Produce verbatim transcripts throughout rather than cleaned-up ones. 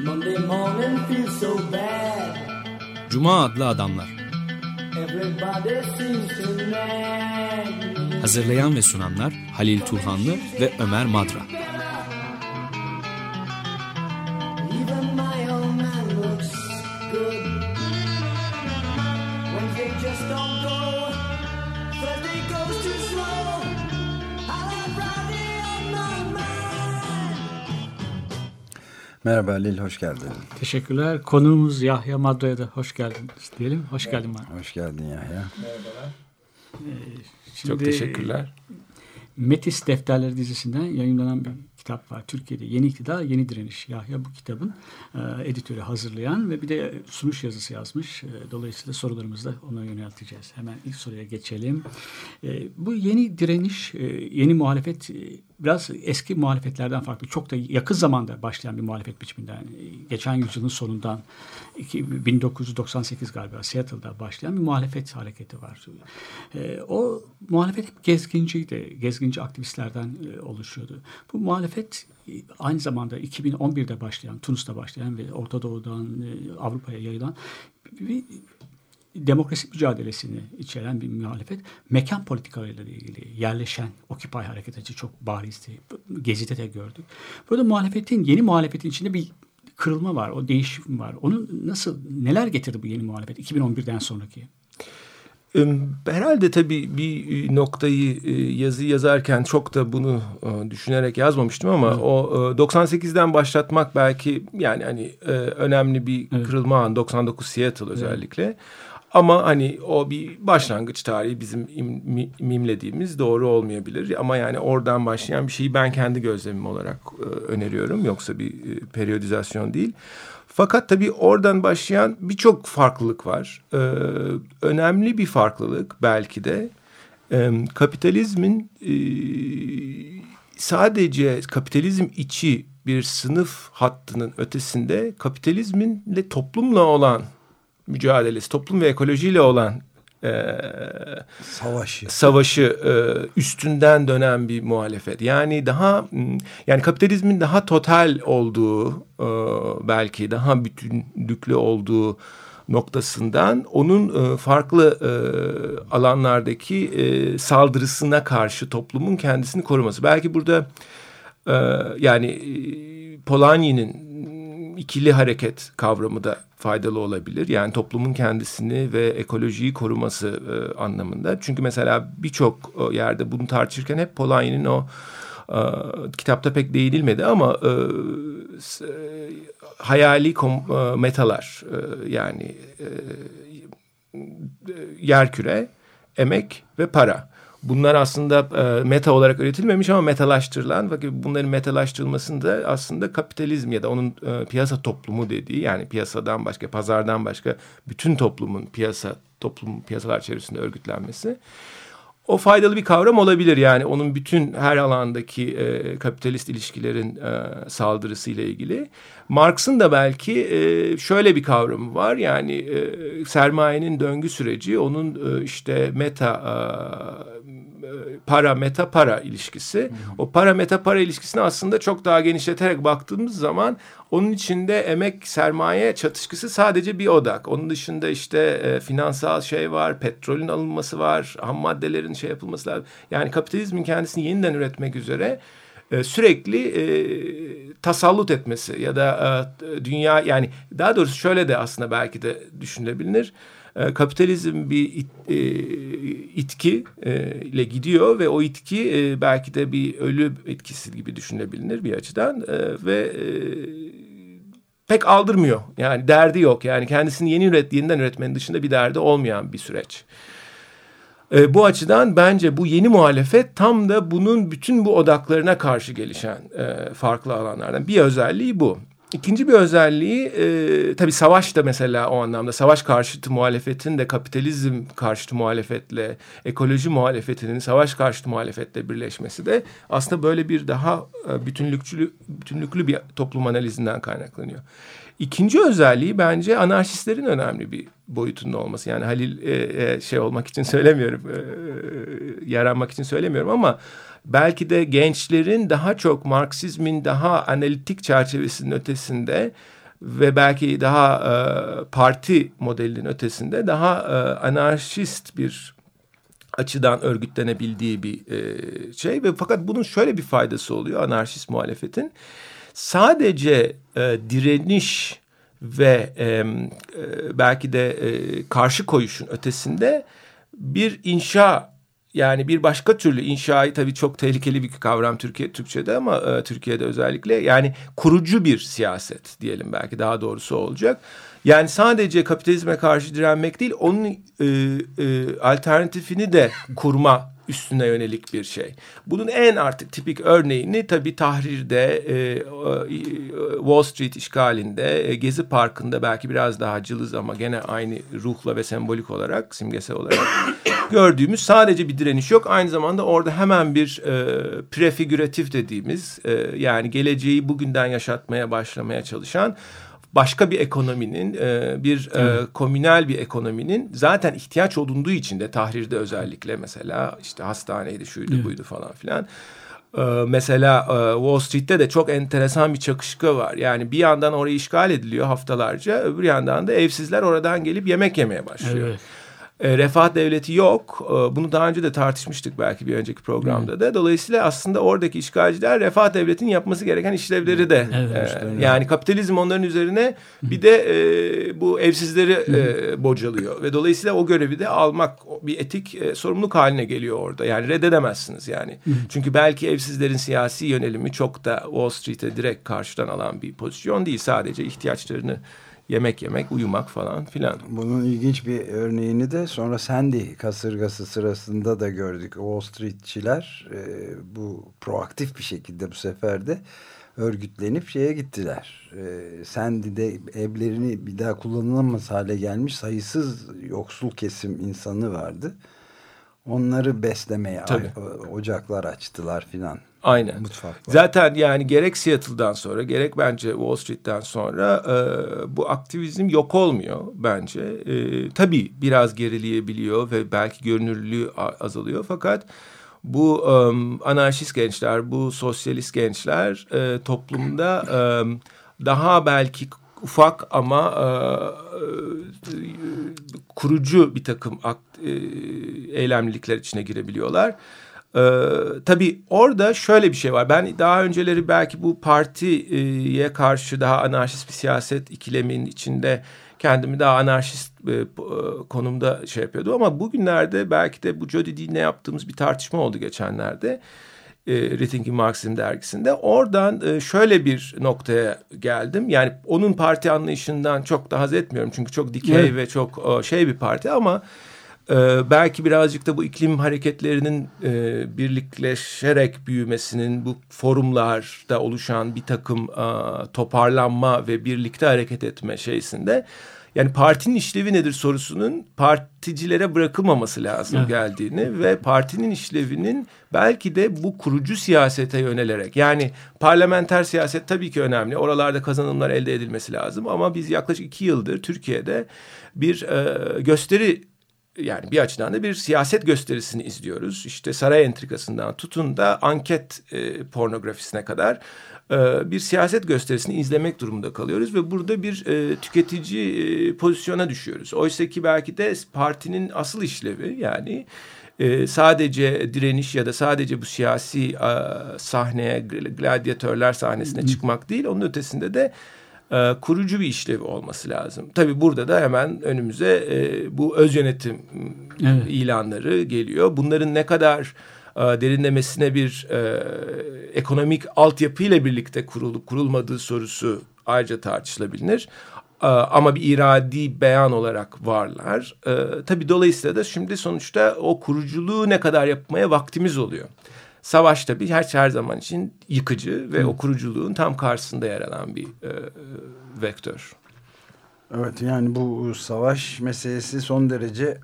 Cuma adlı adamlar. Hazırlayan ve sunanlar Halil Turhanlı ve Ömer Madra. Merhaba Halil, hoş geldin. Teşekkürler. Konuğumuz Yahya Madra'ya da hoş geldiniz diyelim. Hoş geldin Madra. Hoş geldin Yahya. Merhabalar. Ee, Çok teşekkürler. Metis Defterleri dizisinden yayınlanan bir kitap var. Türkiye'de Yeni İktidar, Yeni Direniş. Yahya bu kitabın e, editörü hazırlayan ve bir de sunuş yazısı yazmış. E, dolayısıyla sorularımızı da ona yönelteceğiz. Hemen ilk soruya geçelim. E, bu yeni direniş, e, yeni muhalefet e, biraz eski muhalefetlerden farklı. Çok da yakın zamanda başlayan bir muhalefet biçiminden. E, geçen yüzyılın sonundan bin dokuz yüz doksan sekiz galiba Seattle'da başlayan bir muhalefet hareketi var. E, o muhalefet hep gezginciydi. Gezginci aktivistlerden e, oluşuyordu. Bu muhalefet aynı zamanda iki bin on birde başlayan, Tunus'ta başlayan ve Orta Doğu'dan Avrupa'ya yayılan bir demokrasi mücadelesini içeren bir muhalefet. Mekan politikalarıyla ilgili yerleşen Occupy hareketi çok barizdi. Gezi'de de gördük. Burada muhalefetin, yeni muhalefetin içinde bir kırılma var, o değişim var. Onu nasıl, neler getirdi bu yeni muhalefet iki bin on birden sonraki? Herhalde tabii bir noktayı yazı yazarken çok da bunu düşünerek yazmamıştım ama evet. O doksan sekizden başlatmak belki yani hani önemli bir evet. kırılma an doksan dokuz Seattle özellikle. Evet. Ama hani o bir başlangıç tarihi bizim im, mimlediğimiz doğru olmayabilir. Ama yani oradan başlayan bir şeyi ben kendi gözlemim olarak öneriyorum. Yoksa bir periyodizasyon değil. Fakat tabii oradan başlayan birçok farklılık var. Ee, önemli bir farklılık belki de e, kapitalizmin e, sadece kapitalizm içi bir sınıf hattının ötesinde kapitalizminle toplumla olan mücadelesi, toplum ve ekolojiyle olan e, savaşı, savaşı e, üstünden dönen bir muhalefet. Yani daha yani kapitalizmin daha total olduğu e, belki daha bütünlüklü olduğu noktasından onun e, farklı e, alanlardaki e, saldırısına karşı toplumun kendisini koruması. Belki burada e, yani e, Polanyi'nin ikili hareket kavramı da faydalı olabilir. Yani toplumun kendisini ve ekolojiyi koruması e, anlamında. Çünkü mesela birçok e, yerde bunu tartışırken hep Polanyi'nin o e, kitapta pek değinilmedi ama e, e, hayali kom, e, metalar e, yani e, yerküre, emek ve para. Bunlar aslında e, meta olarak üretilmemiş ama metalaştırılan. Fakat bunların metalaştırılmasında aslında kapitalizm ya da onun e, piyasa toplumu dediği yani piyasadan başka, pazardan başka bütün toplumun piyasa, toplum piyasalar çevresinde örgütlenmesi. O faydalı bir kavram olabilir yani onun bütün her alandaki e, kapitalist ilişkilerin e, saldırısı ile ilgili. Marx'ın da belki e, şöyle bir kavramı var yani e, sermayenin döngü süreci onun e, işte meta e, para meta para ilişkisi. Hı hı. O para meta para ilişkisini aslında çok daha genişleterek baktığımız zaman onun içinde emek sermaye çatışkısı sadece bir odak. Onun dışında işte e, finansal şey var, petrolün alınması var, ham maddelerin şey yapılması lazım. Yani kapitalizmin kendisini yeniden üretmek üzere e, sürekli e, tasallut etmesi ya da e, dünya yani daha doğrusu şöyle de aslında belki de düşünülebilir. Kapitalizm bir it, e, itki e, ile gidiyor ve o itki e, belki de bir ölü etkisi gibi düşünülebilir bir açıdan e, ve e, pek aldırmıyor. Yani derdi yok. Yani kendisini yeni üret, yeniden üretmenin dışında bir derdi olmayan bir süreç. E, bu açıdan bence bu yeni muhalefet tam da bunun bütün bu odaklarına karşı gelişen e, farklı alanlardan bir özelliği bu. İkinci bir özelliği e, tabii savaş da mesela o anlamda savaş karşıtı muhalefetin de kapitalizm karşıtı muhalefetle ekoloji muhalefetinin savaş karşıtı muhalefetle birleşmesi de aslında böyle bir daha e, bütünlükçü bütünlüklü bir toplum analizinden kaynaklanıyor. İkinci özelliği bence anarşistlerin önemli bir boyutunun olması. Yani Halil e, e, şey olmak için söylemiyorum, e, yaranmak için söylemiyorum ama belki de gençlerin daha çok Marksizmin daha analitik çerçevesinin ötesinde ve belki daha e, parti modelinin ötesinde daha e, anarşist bir açıdan örgütlenebildiği bir e, şey ve fakat bunun şöyle bir faydası oluyor anarşist muhalefetin. Sadece e, direniş ve e, e, belki de e, karşı koyuşun ötesinde bir inşa, yani bir başka türlü inşayı, tabii çok tehlikeli bir kavram Türkiye Türkçe'de ama e, Türkiye'de özellikle, yani kurucu bir siyaset diyelim, belki daha doğrusu olacak. Yani sadece kapitalizme karşı direnmek değil, onun e, e, alternatifini de kurma üstüne yönelik bir şey. Bunun en artık tipik örneğini tabii Tahrir'de, e, Wall Street işgalinde, e, Gezi Parkı'nda belki biraz daha cılız ama gene aynı ruhla ve sembolik olarak, simgesel olarak gördüğümüz sadece bir direniş yok. Aynı zamanda orada hemen bir e, prefigüratif dediğimiz e, yani geleceği bugünden yaşatmaya başlamaya çalışan başka bir ekonominin, e, bir e, komünel bir ekonominin zaten ihtiyaç olunduğu için de Tahrir'de özellikle mesela işte hastaneydi, şuydu, evet, buydu falan filan. E, mesela e, Wall Street'te de çok enteresan bir çakışka var. Yani bir yandan orayı işgal ediliyor haftalarca, öbür yandan da evsizler oradan gelip yemek yemeye başlıyor. Evet. E, refah devleti yok. E, bunu daha önce de tartışmıştık belki bir önceki programda hmm. da. Dolayısıyla aslında oradaki işgalciler refah devletinin yapması gereken işlevleri de. Evet, e, işte, yani kapitalizm onların üzerine bir de e, bu evsizleri e, bocalıyor. Ve dolayısıyla o görevi de almak bir etik e, sorumluluk haline geliyor orada. Yani reddedemezsiniz yani. Hmm. Çünkü belki evsizlerin siyasi yönelimi çok da Wall Street'e direkt karşıdan alan bir pozisyon değil. Sadece ihtiyaçlarını yemek yemek, uyumak falan filan. Bunun ilginç bir örneğini de sonra Sandy kasırgası sırasında da gördük. Wall Streetçiler e, bu proaktif bir şekilde bu sefer de örgütlenip şeye gittiler. E, Sandy'de evlerini bir daha kullanılamaz hale gelmiş sayısız yoksul kesim insanı vardı. Onları beslemeye Tabii. ocaklar açtılar filan. Aynen. Mutfak var. Zaten yani gerek Seattle'dan sonra gerek bence Wall Street'ten sonra e, bu aktivizm yok olmuyor bence. E, tabii biraz gerileyebiliyor ve belki görünürlüğü azalıyor fakat bu e, anarşist gençler, bu sosyalist gençler e, toplumda e, daha belki ufak ama e, e, kurucu bir takım akt, e, eylemlilikler içine girebiliyorlar. Ee, tabii orada şöyle bir şey var. Ben daha önceleri belki bu partiye karşı daha anarşist bir siyaset ikileminin içinde kendimi daha anarşist e, konumda şey yapıyordum. Ama bugünlerde belki de bu Jody Dean'le yaptığımız bir tartışma oldu geçenlerde. E, Rethinking Marxism dergisinde. Oradan e, şöyle bir noktaya geldim. Yani onun parti anlayışından çok da haz etmiyorum. Çünkü çok dikey evet. ve çok o, şey bir parti ama Ee, belki birazcık da bu iklim hareketlerinin e, birlikleşerek büyümesinin, bu forumlarda oluşan bir takım e, toparlanma ve birlikte hareket etme şeysinde, yani partinin işlevi nedir sorusunun particilere bırakılmaması lazım evet. geldiğini ve partinin işlevinin belki de bu kurucu siyasete yönelerek, yani parlamenter siyaset tabii ki önemli, oralarda kazanımlar elde edilmesi lazım ama biz yaklaşık iki yıldır Türkiye'de bir e, gösteri, yani bir açıdan da bir siyaset gösterisini izliyoruz. İşte saray entrikasından tutun da anket e, pornografisine kadar e, bir siyaset gösterisini izlemek durumunda kalıyoruz. Ve burada bir e, tüketici e, pozisyona düşüyoruz. Oysa ki belki de partinin asıl işlevi, yani e, sadece direniş ya da sadece bu siyasi e, sahneye, gladyatörler sahnesine çıkmak değil. Onun ötesinde de E, kurucu bir işlevi olması lazım. Tabii burada da hemen önümüze e, bu öz yönetim evet. ilanları geliyor. Bunların ne kadar e, derinlemesine bir e, ekonomik altyapıyla birlikte kurulup kurulmadığı sorusu ayrıca tartışılabilir. E, ama bir iradi beyan olarak varlar. E, tabii dolayısıyla da şimdi sonuçta o kuruculuğu ne kadar yapmaya vaktimiz oluyor. Savaş tabii her, her zaman için yıkıcı ve Hı. o kuruculuğun tam karşısında yer alan bir e, vektör. Evet, yani bu savaş meselesi son derece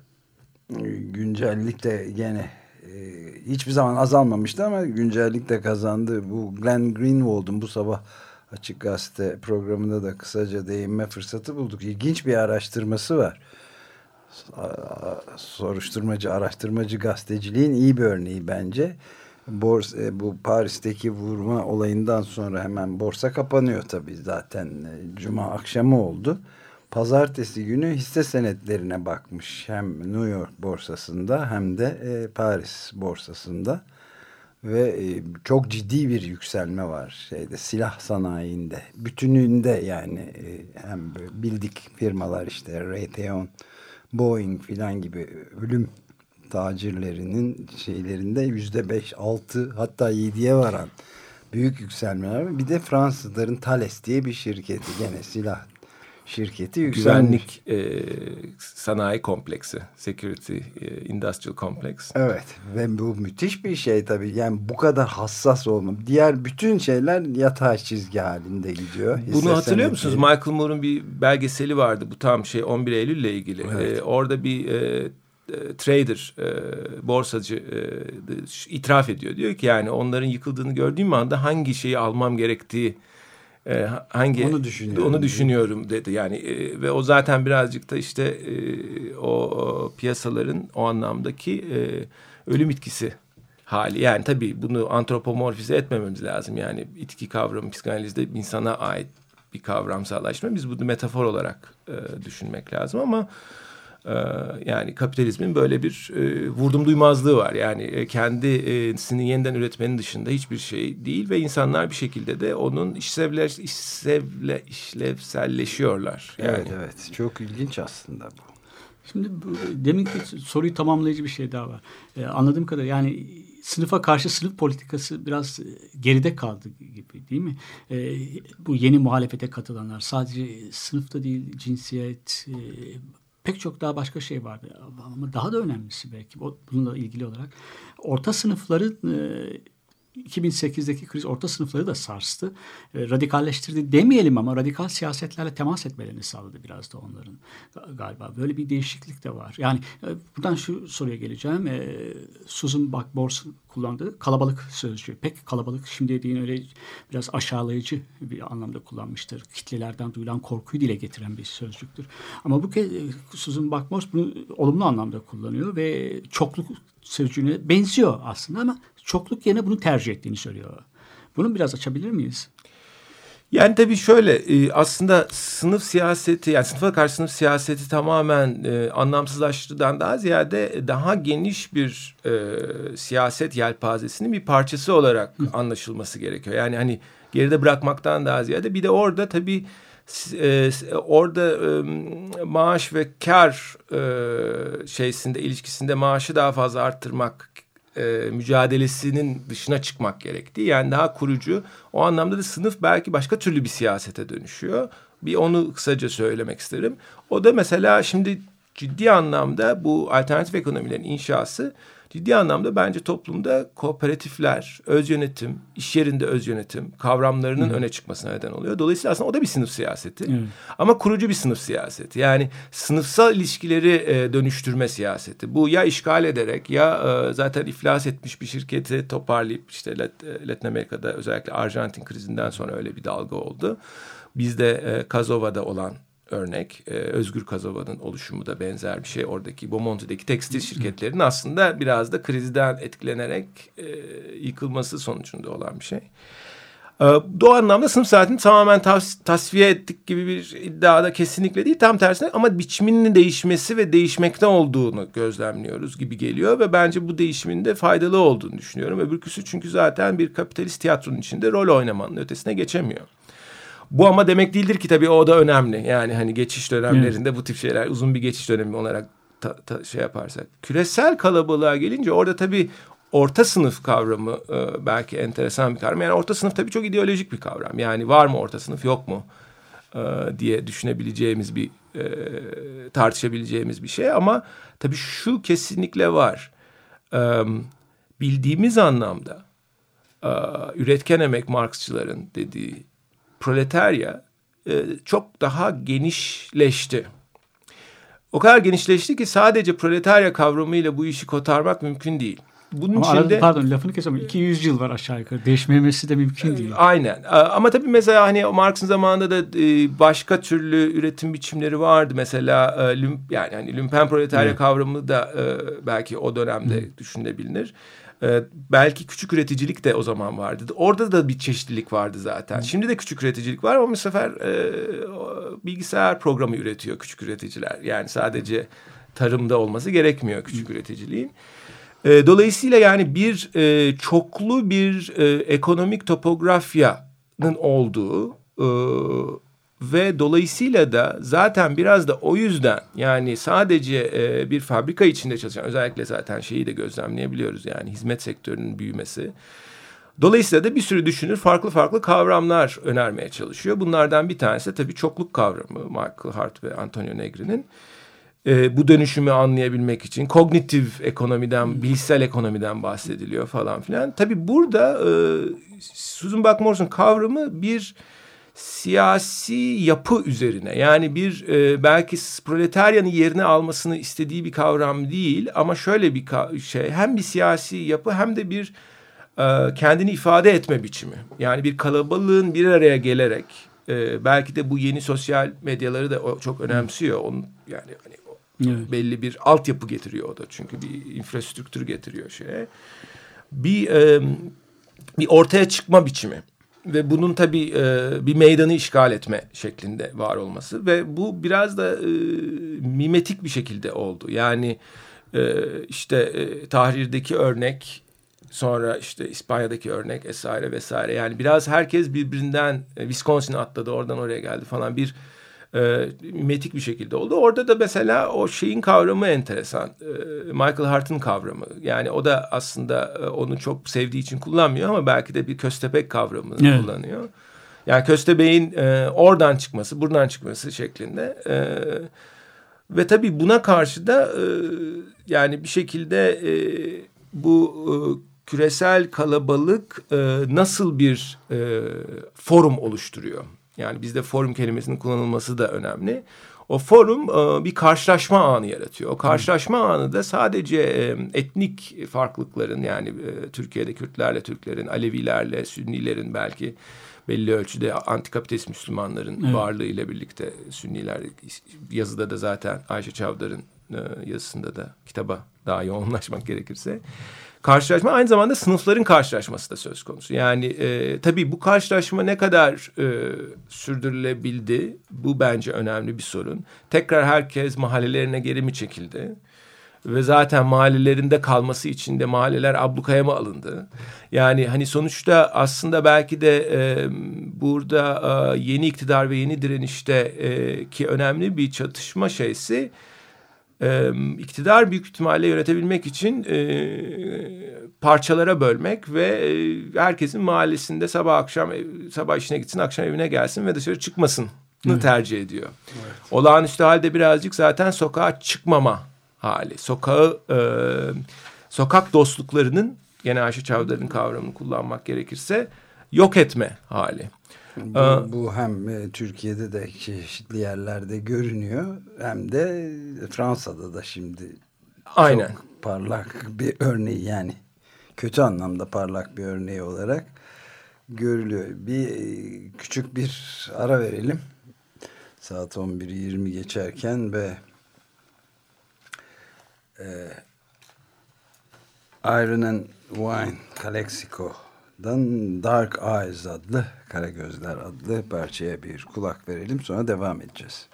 güncellikte gene e, hiçbir zaman azalmamıştı ama güncellikte kazandı. Bu Glenn Greenwald'un bu sabah Açık Gazete programında da kısaca değinme fırsatı bulduk. İlginç bir araştırması var. Soruşturmacı, araştırmacı gazeteciliğin iyi bir örneği bence. Borsa, bu Paris'teki vurma olayından sonra hemen borsa kapanıyor tabii, zaten Cuma akşamı oldu. Pazartesi günü hisse senetlerine bakmış hem New York borsasında hem de Paris borsasında ve çok ciddi bir yükselme var şeyde, silah sanayinde bütününde, yani hem bildik firmalar işte Raytheon, Boeing filan gibi ölüm tacirlerinin şeylerinde yüzde beş, altı hatta yediye varan büyük yükselmeler var. Bir de Fransızların Thales diye bir şirketi, gene silah şirketi yükselmiş. Güvenlik e, sanayi kompleksi, security e, industrial complex. Evet ve bu müthiş bir şey tabii, yani bu kadar hassas olma. Diğer bütün şeyler yatay çizgi halinde gidiyor. Bunu Hisse hatırlıyor senedi. musunuz? Michael Moore'un bir belgeseli vardı, bu tam şey on bir Eylül ile ilgili. Evet. E, orada bir e, trader, e, borsacı e, itiraf ediyor. Diyor ki yani onların yıkıldığını gördüğüm anda hangi şeyi almam gerektiği, e, hangi onu düşünüyorum, onu düşünüyorum dedi. Yani e, ve o zaten birazcık da işte e, o, o piyasaların o anlamdaki e, ölüm itkisi hali. Yani tabii bunu antropomorfize etmememiz lazım. Yani itki kavramı psikanalizde insana ait bir kavramsallaşma. Biz bunu metafor olarak e, düşünmek lazım ama yani kapitalizmin böyle bir e, vurdum duymazlığı var. Yani e, kendisini yeniden üretmenin dışında hiçbir şey değil ve insanlar bir şekilde de onun işlevler, işlevle, işlevselleşiyorlar. Yani. Evet evet, çok ilginç aslında bu. Şimdi bu, deminki soruyu tamamlayıcı bir şey daha var. Ee, anladığım kadar yani sınıfa karşı sınıf politikası biraz geride kaldı gibi, değil mi? Ee, bu yeni muhalefete katılanlar sadece sınıfta değil, cinsiyet, e, pek çok daha başka şey vardı. Ama daha da önemlisi belki bununla ilgili olarak orta sınıfları, iki bin sekizdeki kriz orta sınıfları da sarstı. Radikalleştirdi demeyelim ama radikal siyasetlerle temas etmelerini sağladı biraz da onların galiba. Böyle bir değişiklik de var. Yani buradan şu soruya geleceğim. Susan Buck-Morss kullandığı kalabalık sözcüğü. Pek kalabalık şimdi dediğin öyle biraz aşağılayıcı bir anlamda kullanmıştır. Kitlelerden duyulan korkuyu dile getiren bir sözcüktür. Ama bu kez Susan Buck-Morss bunu olumlu anlamda kullanıyor ve çokluk sözcüğüne benziyor aslında ama çokluk yerine bunu tercih ettiğini söylüyor. Bunu biraz açabilir miyiz? Yani tabii şöyle, aslında sınıf siyaseti, yani sınıfa karşı sınıf siyaseti tamamen e, anlamsızlaştırıdan daha ziyade daha geniş bir e, siyaset yelpazesinin bir parçası olarak Hı. anlaşılması gerekiyor. Yani hani geride bırakmaktan daha ziyade bir de orada tabii e, orada e, maaş ve kar e, şeysinde, ilişkisinde maaşı daha fazla arttırmak E, mücadelesinin dışına çıkmak gerektiği, yani daha kurucu, o anlamda da sınıf belki başka türlü bir siyasete dönüşüyor. Bir onu kısaca söylemek isterim. O da mesela şimdi ciddi anlamda bu alternatif ekonomilerin inşası ciddi anlamda bence toplumda kooperatifler, öz yönetim, iş yerinde öz yönetim kavramlarının Hı. öne çıkmasına neden oluyor. Dolayısıyla aslında o da bir sınıf siyaseti. Hı. Ama kurucu bir sınıf siyaseti. Yani sınıfsal ilişkileri e, dönüştürme siyaseti. Bu ya işgal ederek ya e, zaten iflas etmiş bir şirketi toparlayıp, işte Lat- Latin Amerika'da özellikle Arjantin krizinden sonra öyle bir dalga oldu. Bizde e, Kazova'da olan örnek, e, Özgür Kazova'nın oluşumu da benzer bir şey. Oradaki Bomonti'deki tekstil şirketlerinin aslında biraz da krizden etkilenerek e, yıkılması sonucunda olan bir şey. E, o anlamda sınıf saatini tamamen tas- tasfiye ettik gibi bir iddiada kesinlikle değil. Tam tersine ama biçiminin değişmesi ve değişmekte olduğunu gözlemliyoruz gibi geliyor ve bence bu değişimin de faydalı olduğunu düşünüyorum. Öbürküsü çünkü zaten bir kapitalist tiyatronun içinde rol oynamanın ötesine geçemiyor. Bu ama demek değildir ki tabii o da önemli. Yani hani geçiş dönemlerinde evet. bu tip şeyler, uzun bir geçiş dönemi olarak ta, ta, şey yaparsak. Küresel kalabalığa gelince orada tabii orta sınıf kavramı e, belki enteresan bir kavram. Yani orta sınıf tabii çok ideolojik bir kavram. Yani var mı orta sınıf, yok mu e, diye düşünebileceğimiz bir e, tartışabileceğimiz bir şey. Ama tabii şu kesinlikle var. E, bildiğimiz anlamda e, üretken emek Marksçıların dediği proletarya e, çok daha genişleşti. O kadar genişleşti ki sadece proletarya kavramıyla bu işi kotarmak mümkün değil. Bunun ama içinde arada, pardon lafını keseceğim. iki yüz yıl var aşağı yukarı. Değişmemesi de mümkün değil. Aynen. Ama tabii mesela hani Marx'ın zamanında da başka türlü üretim biçimleri vardı. Mesela yani hani lümpen proletarya evet. kavramı da belki o dönemde Hı. düşünülebilir. Ee, belki küçük üreticilik de o zaman vardı. Orada da bir çeşitlilik vardı zaten. Hı. Şimdi de küçük üreticilik var ama bu sefer e, bilgisayar programı üretiyor küçük üreticiler. Yani sadece tarımda olması gerekmiyor küçük Hı. üreticiliğin. E, dolayısıyla yani bir e, çoklu bir e, ekonomik topografyanın olduğu e, ve dolayısıyla da zaten biraz da o yüzden yani sadece e, bir fabrika içinde çalışan, özellikle zaten şeyi de gözlemleyebiliyoruz yani hizmet sektörünün büyümesi. Dolayısıyla da bir sürü düşünür farklı farklı kavramlar önermeye çalışıyor. Bunlardan bir tanesi de tabii çokluk kavramı, Michael Hart ve Antonio Negri'nin. E, bu dönüşümü anlayabilmek için kognitif ekonomiden, bilişsel ekonomiden bahsediliyor falan filan. Tabii burada e, Susan Buck-Morss'un kavramı bir siyasi yapı üzerine, yani bir e, belki proletaryanın yerine almasını istediği bir kavram değil ama şöyle bir şey, hem bir siyasi yapı hem de bir e, kendini ifade etme biçimi. Yani bir kalabalığın bir araya gelerek e, belki de bu yeni sosyal medyaları da o çok önemsiyor. Onun yani hani o evet. belli bir altyapı getiriyor o da, çünkü bir infrastrüktür getiriyor şeye. Bir e, bir ortaya çıkma biçimi. Ve bunun tabii e, bir meydanı işgal etme şeklinde var olması. Ve bu biraz da e, mimetik bir şekilde oldu. Yani e, işte e, Tahrir'deki örnek, sonra işte İspanya'daki örnek vesaire vesaire. Yani biraz herkes birbirinden e, Wisconsin atladı, oradan oraya geldi falan, bir e, mimetik bir şekilde oldu. Orada da mesela o şeyin kavramı enteresan. E, Michael Hart'ın kavramı. Yani o da aslında e, onu çok sevdiği için kullanmıyor ama belki de bir köstebek kavramını evet. kullanıyor. Yani köstebeğin e, oradan çıkması, buradan çıkması şeklinde. E, ve tabii buna karşı da e, yani bir şekilde e, bu e, küresel kalabalık e, nasıl bir e, forum oluşturuyor? Yani bizde forum kelimesinin kullanılması da önemli. O forum e, bir karşılaşma anı yaratıyor. O karşılaşma hmm. anı da sadece e, etnik farklılıkların, yani e, Türkiye'de Kürtlerle Türklerin, Alevilerle Sünnilerin, belki belli ölçüde antikapitalist Müslümanların evet. varlığıyla birlikte Sünniler, yazıda da zaten Ayşe Çavdar'ın e, yazısında da kitaba daha yoğunlaşmak gerekirse. Karşılaşma aynı zamanda sınıfların karşılaşması da söz konusu. Yani e, tabii bu karşılaşma ne kadar e, sürdürülebildi? Bu bence önemli bir sorun. Tekrar herkes mahallelerine geri mi çekildi? Ve zaten mahallelerinde kalması için de mahalleler ablukaya mı alındı? Yani hani sonuçta aslında belki de e, burada e, yeni iktidar ve yeni direnişte e, ki önemli bir çatışma şeysi, Ee, iktidar büyük ihtimalle yönetebilmek için e, parçalara bölmek ve e, herkesin mahallesinde sabah akşam sabah işine gitsin, akşam evine gelsin ve dışarı çıkmasını evet. tercih ediyor. Evet. Olağanüstü halde birazcık zaten sokağa çıkmama hali. Sokağı e, sokak dostluklarının, gene Ayşe Çavdar'ın kavramını kullanmak gerekirse, yok etme hali. Bu, bu hem Türkiye'de de çeşitli yerlerde görünüyor, hem de Fransa'da da şimdi Aynen. çok parlak bir örneği, yani kötü anlamda parlak bir örneği olarak görülüyor. Bir küçük bir ara verelim. Saat on bir yirmi geçerken ve e, Iron and Wine Calexico Dark Eyes adlı, Kara Gözler adlı parçaya bir kulak verelim, sonra devam edeceğiz.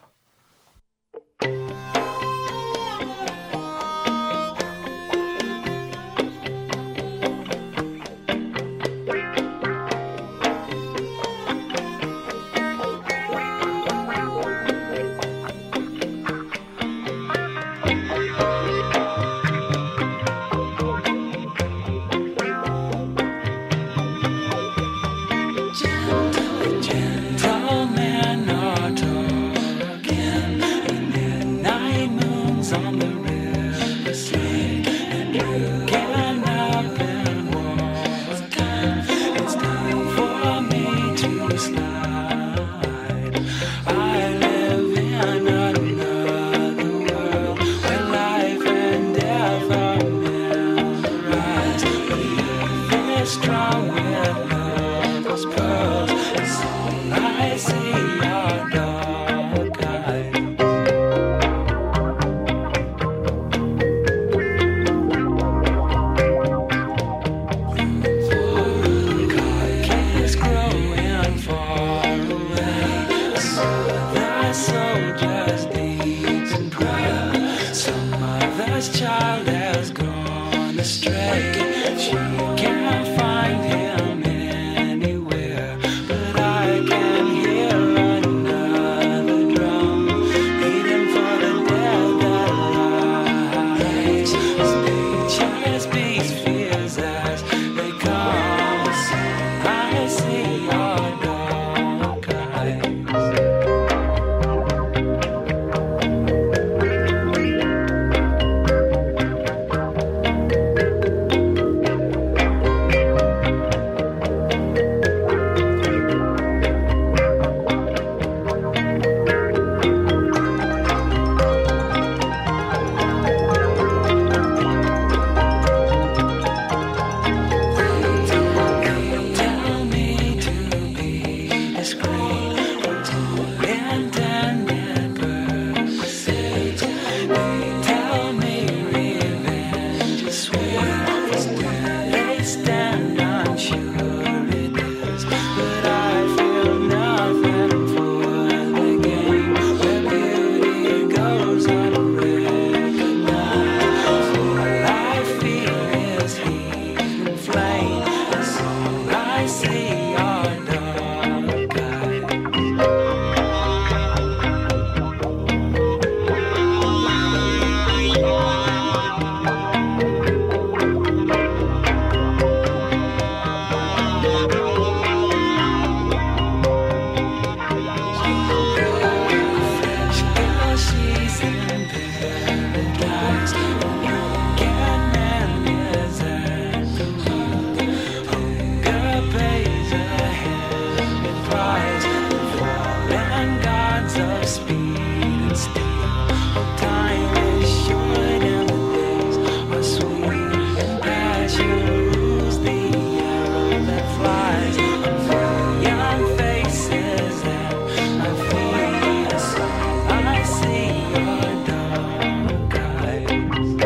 rise and fall and gods of speed and steel. Time is short and the days are sweet and passion rules the arrow that flies. Young faces that I feel aside. I see your dark eyes.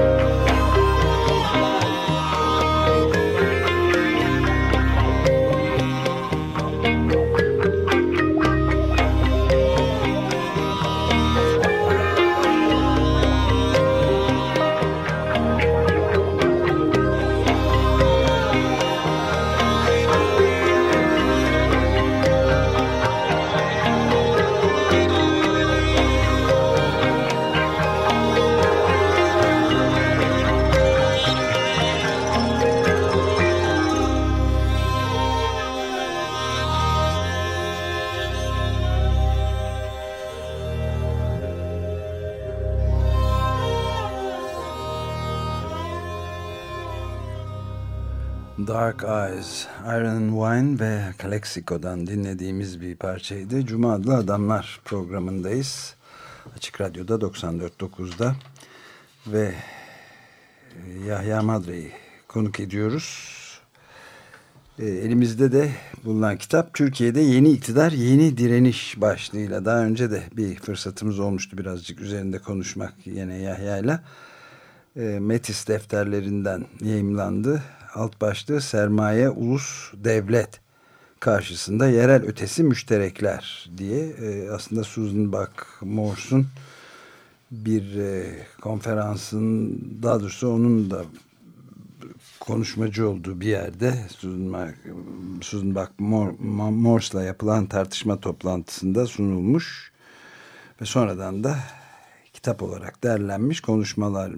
Dark Eyes, Iron Wine ve Calexico'dan dinlediğimiz bir parçaydı. Cuma adlı Adamlar programındayız. Açık Radyo'da doksan dört nokta dokuzda ve Yahya Madre'yi konuk ediyoruz. E, elimizde de bulunan kitap Türkiye'de Yeni İktidar, Yeni Direniş başlığıyla. Daha önce de bir fırsatımız olmuştu birazcık üzerinde konuşmak yine Yahya'yla. E, Metis defterlerinden yayımlandı. Alt başlığı Sermaye, Ulus, Devlet karşısında yerel ötesi müşterekler diye. E, aslında Susan Buck-Morss'un bir e, konferansın, daha doğrusu onun da konuşmacı olduğu bir yerde Susan, Susan Buck-Morss'la yapılan tartışma toplantısında sunulmuş ve sonradan da kitap olarak derlenmiş konuşmalar.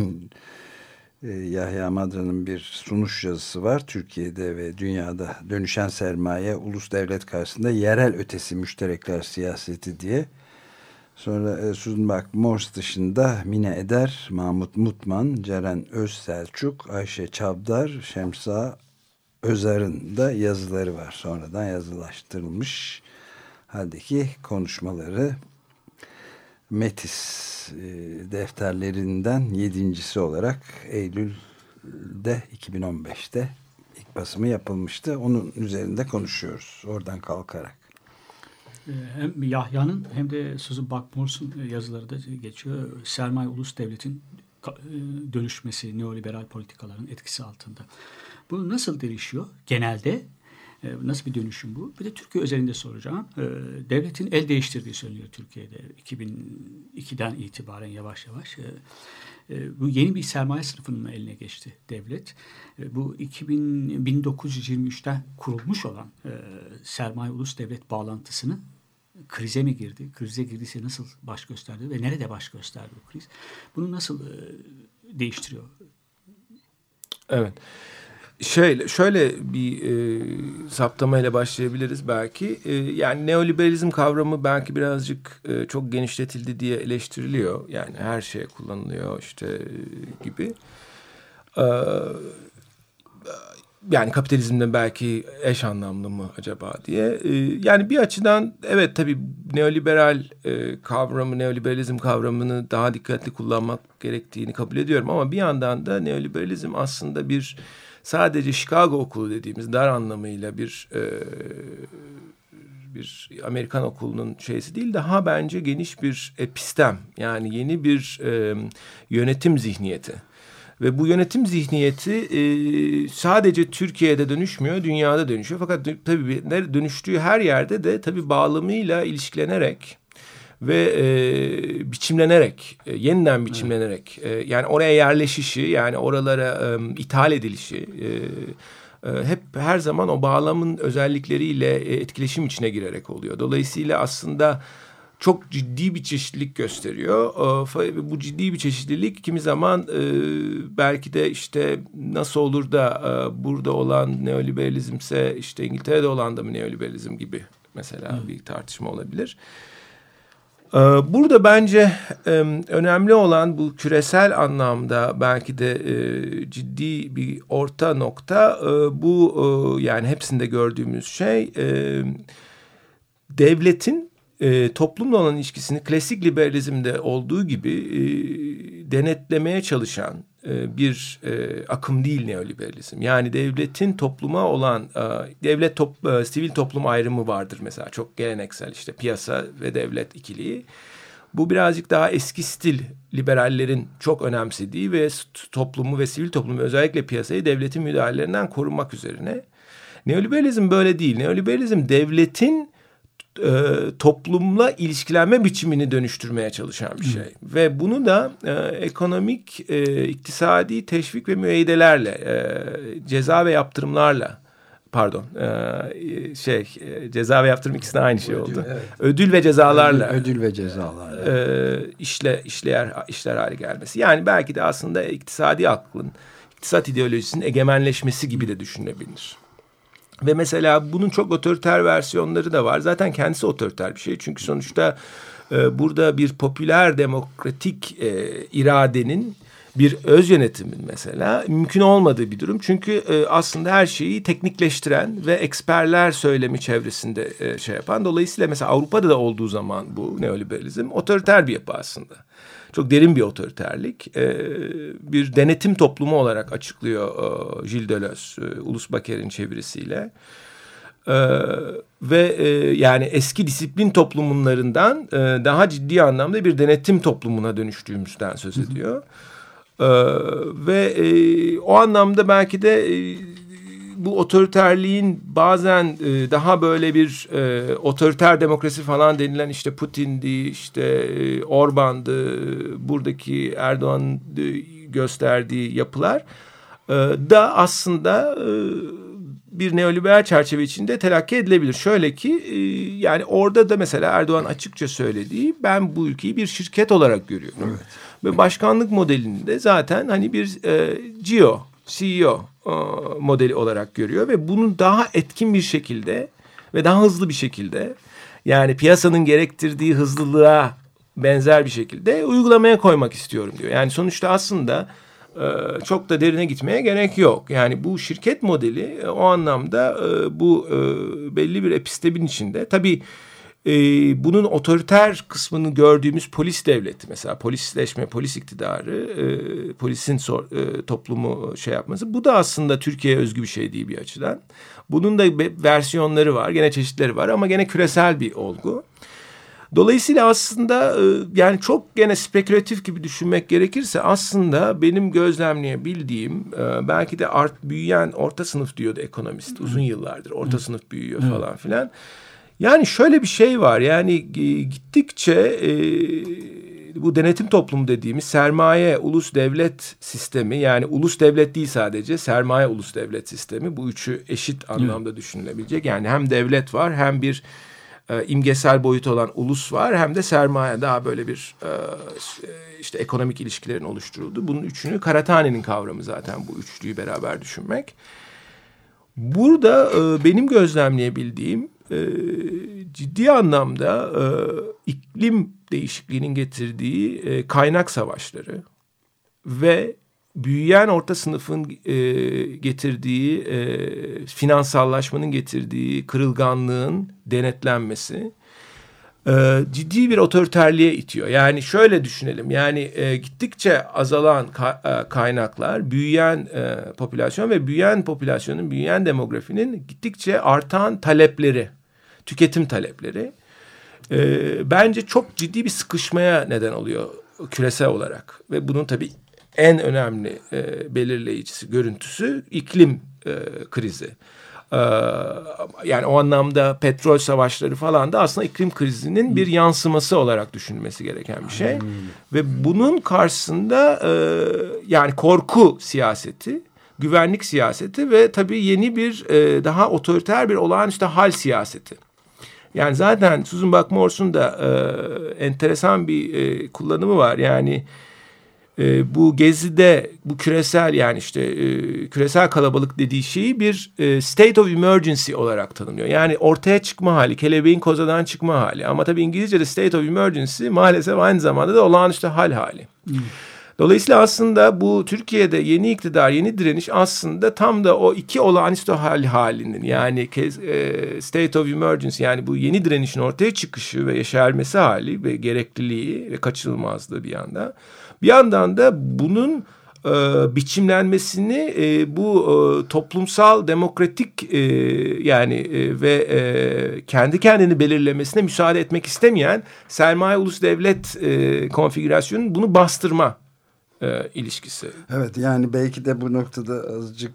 Yahya Madra'nın bir sunuş yazısı var. Türkiye'de ve dünyada dönüşen sermaye, ulus devlet karşısında yerel ötesi müşterekler siyaseti diye. Sonra e, Susan Buck-Morss dışında Mine Eder, Mahmut Mutman, Ceren Özselçuk, Ayşe Çavdar, Şemsa Özar'ın da yazıları var. Sonradan yazılaştırılmış haldeki konuşmaları Metis defterlerinden yedincisi olarak Eylül'de iki bin on beşte ilk basımı yapılmıştı. Onun üzerinde konuşuyoruz oradan kalkarak. Hem Yahya'nın hem de Susan Buck-Morss'un yazıları da geçiyor. Sermaye ulus devletin dönüşmesi, neoliberal politikaların etkisi altında. Bu nasıl değişiyor genelde? Nasıl bir dönüşüm bu? Bir de Türkiye özelinde soracağım. Devletin el değiştirdiği söyleniyor Türkiye'de. iki bin ikiden itibaren yavaş yavaş. Bu yeni bir sermaye sınıfının eline geçti devlet. Bu iki bin, bin dokuz yüz yirmi üçten kurulmuş olan sermaye ulus devlet bağlantısını krize mi girdi? Krize girdiyse nasıl baş gösterdi ve nerede baş gösterdi bu kriz? Bunu nasıl değiştiriyor? Evet. Şöyle, şöyle bir e, saptamayla başlayabiliriz belki. E, yani neoliberalizm kavramı belki birazcık e, çok genişletildi diye eleştiriliyor. Yani her şeye kullanılıyor işte e, gibi. E, yani kapitalizmde belki eş anlamlı mı acaba diye. E, yani bir açıdan evet tabii neoliberal e, kavramı, neoliberalizm kavramını daha dikkatli kullanmak gerektiğini kabul ediyorum. Ama bir yandan da neoliberalizm aslında bir sadece Chicago okulu dediğimiz dar anlamıyla bir e, bir Amerikan okulunun şeysi değil, daha bence geniş bir epistem, yani yeni bir e, yönetim zihniyeti. Ve bu yönetim zihniyeti e, sadece Türkiye'de dönüşmüyor, dünyada dönüşüyor. Fakat tabii dönüştüğü her yerde de tabii bağlamıyla ilişkilenerek ve e, biçimlenerek, e, yeniden biçimlenerek, e, yani oraya yerleşişi, yani oralara e, ithal edilişi e, e, hep her zaman o bağlamın özellikleriyle e, etkileşim içine girerek oluyor. Dolayısıyla aslında çok ciddi bir çeşitlilik gösteriyor. E, bu ciddi bir çeşitlilik kimi zaman e, belki de işte nasıl olur da e, burada olan neoliberalizmse işte İngiltere'de olan da mı neoliberalizm gibi mesela hmm. bir tartışma olabilir. Burada bence önemli olan bu küresel anlamda belki de ciddi bir orta nokta bu, yani hepsinde gördüğümüz şey devletin e, toplumla olan ilişkisini klasik liberalizmde olduğu gibi e, denetlemeye çalışan e, bir e, akım değil neoliberalizm. Yani devletin topluma olan e, devlet top, e, sivil toplum ayrımı vardır mesela, çok geleneksel, işte piyasa ve devlet ikiliği. Bu birazcık daha eski stil liberallerin çok önemsediği ve toplumu ve sivil toplumu, özellikle piyasayı devletin müdahalelerinden korunmak üzerine. Neoliberalizm böyle değil. Neoliberalizm devletin e, toplumla ilişkilenme biçimini dönüştürmeye çalışan bir şey. Hı. Ve bunu da e, ekonomik, e, iktisadi teşvik ve müeyyidelerle, e, ceza ve yaptırımlarla, pardon, e, şey e, ceza ve yaptırım ikisine aynı şey oldu. Ödül, evet. Ödül ve cezalarla. Ödül, ödül ve cezalarla. E, işle, işleyer, işler hale gelmesi. Yani belki de aslında iktisadi aklın, iktisat ideolojisinin egemenleşmesi gibi de düşünülebilir. Ve mesela bunun çok otoriter versiyonları da var. Zaten kendisi otoriter bir şey. Çünkü sonuçta e, burada bir popüler demokratik e, iradenin, bir öz yönetimin mesela mümkün olmadığı bir durum. Çünkü e, aslında her şeyi teknikleştiren ve eksperler söylemi çevresinde e, şey yapan. Dolayısıyla mesela Avrupa'da da olduğu zaman bu neoliberalizm otoriter bir yapı aslında. Çok derin bir otoriterlik. E, bir denetim toplumu olarak açıklıyor e, Gilles Deleuze, e, Ulus Baker'in çevirisiyle. Ee, ve e, yani eski disiplin toplumunlarından e, daha ciddi anlamda bir denetim toplumuna dönüştüğümüzden söz ediyor. Ee, ve e, o anlamda belki de e, bu otoriterliğin bazen e, daha böyle bir e, otoriter demokrasi falan denilen, işte Putin'di, işte e, Orban'dı, buradaki Erdoğan'ın e, gösterdiği yapılar e, da aslında e, bir neoliberal çerçeve içinde telakki edilebilir. Şöyle ki e, yani orada da mesela Erdoğan açıkça söylediği, ben bu ülkeyi bir şirket olarak görüyorum. Evet. Ve başkanlık modelinde zaten hani bir e, C E O, C E O e, modeli olarak görüyor ve bunu daha etkin bir şekilde ve daha hızlı bir şekilde, yani piyasanın gerektirdiği hızlılığa benzer bir şekilde uygulamaya koymak istiyorum diyor. Yani sonuçta aslında Ee, çok da derine gitmeye gerek yok. Yani bu şirket modeli e, o anlamda e, bu e, belli bir epistemin içinde. Tabii e, bunun otoriter kısmını gördüğümüz polis devleti, mesela polisleşme, polis iktidarı, e, polisin sor, e, toplumu şey yapması. Bu da aslında Türkiye'ye özgü bir şey değil bir açıdan. Bunun da versiyonları var, gene çeşitleri var ama gene küresel bir olgu. Dolayısıyla aslında yani çok gene spekülatif gibi düşünmek gerekirse aslında benim gözlemleyebildiğim, belki de art, büyüyen orta sınıf diyordu ekonomist uzun yıllardır, orta sınıf büyüyor falan filan. Yani şöyle bir şey var, yani gittikçe bu denetim toplumu dediğimiz sermaye ulus devlet sistemi, yani ulus devlet değil sadece, sermaye ulus devlet sistemi, bu üçü eşit anlamda düşünülebilecek. Yani hem devlet var, hem bir E, imgesel boyutu olan ulus var, hem de sermaye, daha böyle bir e, işte ekonomik ilişkilerin oluşturulduğu. Bunun üçünü, Karatani'nin kavramı zaten bu üçlüyü beraber düşünmek. Burada e, benim gözlemleyebildiğim e, ciddi anlamda e, iklim değişikliğinin getirdiği e, kaynak savaşları ve büyüyen orta sınıfın e, getirdiği, e, finansallaşmanın getirdiği kırılganlığın denetlenmesi e, ciddi bir otoriterliğe itiyor. Yani şöyle düşünelim, yani e, gittikçe azalan ka- e, kaynaklar, büyüyen e, popülasyon ve büyüyen popülasyonun, büyüyen demografinin gittikçe artan talepleri, tüketim talepleri e, bence çok ciddi bir sıkışmaya neden oluyor küresel olarak. Ve bunun tabii en önemli e, belirleyicisi, görüntüsü iklim e, krizi. E, yani o anlamda petrol savaşları falan da aslında iklim krizinin bir yansıması olarak düşünülmesi gereken bir şey. Hmm. Ve bunun karşısında e, yani korku siyaseti, güvenlik siyaseti ve tabii yeni bir e, daha otoriter bir olağanüstü hal siyaseti. Yani zaten Susan Buck-Morss'un da e, enteresan bir e, kullanımı var. Yani E, bu Gezi'de bu küresel, yani işte e, küresel kalabalık dediği şeyi bir e, state of emergency olarak tanımlıyor. Yani ortaya çıkma hali, kelebeğin kozadan çıkma hali. Ama tabii İngilizce'de state of emergency maalesef aynı zamanda da olağanüstü hal hali. Hmm. Dolayısıyla aslında bu Türkiye'de yeni iktidar, yeni direniş aslında tam da o iki olağanüstü hal halinin, yani e, state of emergency, yani bu yeni direnişin ortaya çıkışı ve yeşermesi hali ve gerekliliği ve kaçınılmazlığı bir yanda. Bir yandan da bunun e, biçimlenmesini e, bu e, toplumsal, demokratik e, yani e, ve e, kendi kendini belirlemesine müsaade etmek istemeyen sermaye ulus devlet e, konfigürasyonun bunu bastırma e, ilişkisi. Evet, yani belki de bu noktada azıcık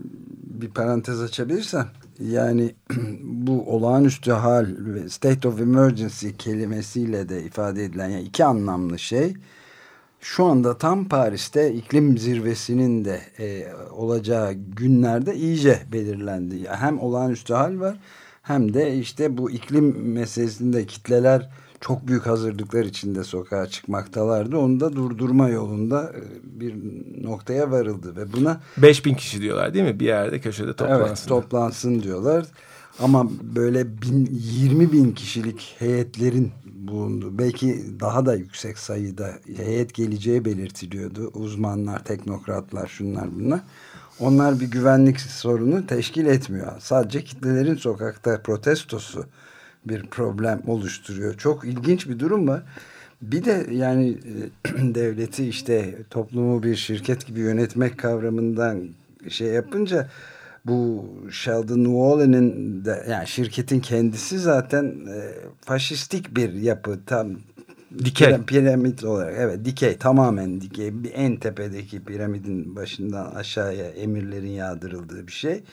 bir parantez açabilirsem, yani bu olağanüstü hal ve state of emergency kelimesiyle de ifade edilen yani iki anlamlı şey şu anda tam Paris'te iklim zirvesinin de e, olacağı günlerde iyice belirlendi. Hem olağanüstü hal var hem de işte bu iklim meselesinde kitleler çok büyük hazırlıklar içinde sokağa çıkmaktalardı. Onu da durdurma yolunda bir noktaya varıldı ve buna beş bin kişi diyorlar değil mi? Bir yerde köşede toplansın. Evet, toplansın diyorlar. Ama böyle bin, yirmi bin kişilik heyetlerin bulundu. Belki daha da yüksek sayıda heyet geleceği belirtiliyordu. Uzmanlar, teknokratlar, şunlar bunlar. Onlar bir güvenlik sorunu teşkil etmiyor. Sadece kitlelerin sokakta protestosu bir problem oluşturuyor. Çok ilginç bir durum var. Bir de yani devleti işte toplumu bir şirket gibi yönetmek kavramından şey yapınca bu Sheldon Wallen'in de yani şirketin kendisi zaten e, faşistik bir yapı, tam dikey piramit olarak, evet, dikey, tamamen dikey, en tepedeki piramidin başından aşağıya emirlerin yağdırıldığı bir şey.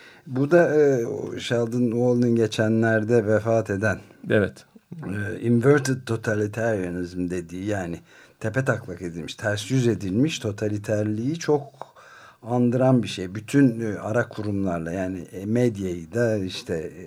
Bu da e, Sheldon Wallen'in geçenlerde vefat eden evet e, inverted totalitarianism dediği, yani tepe taklak edilmiş, ters yüz edilmiş totaliterliği çok andıran bir şey. Bütün e, ara kurumlarla, yani e, medyayı da işte e,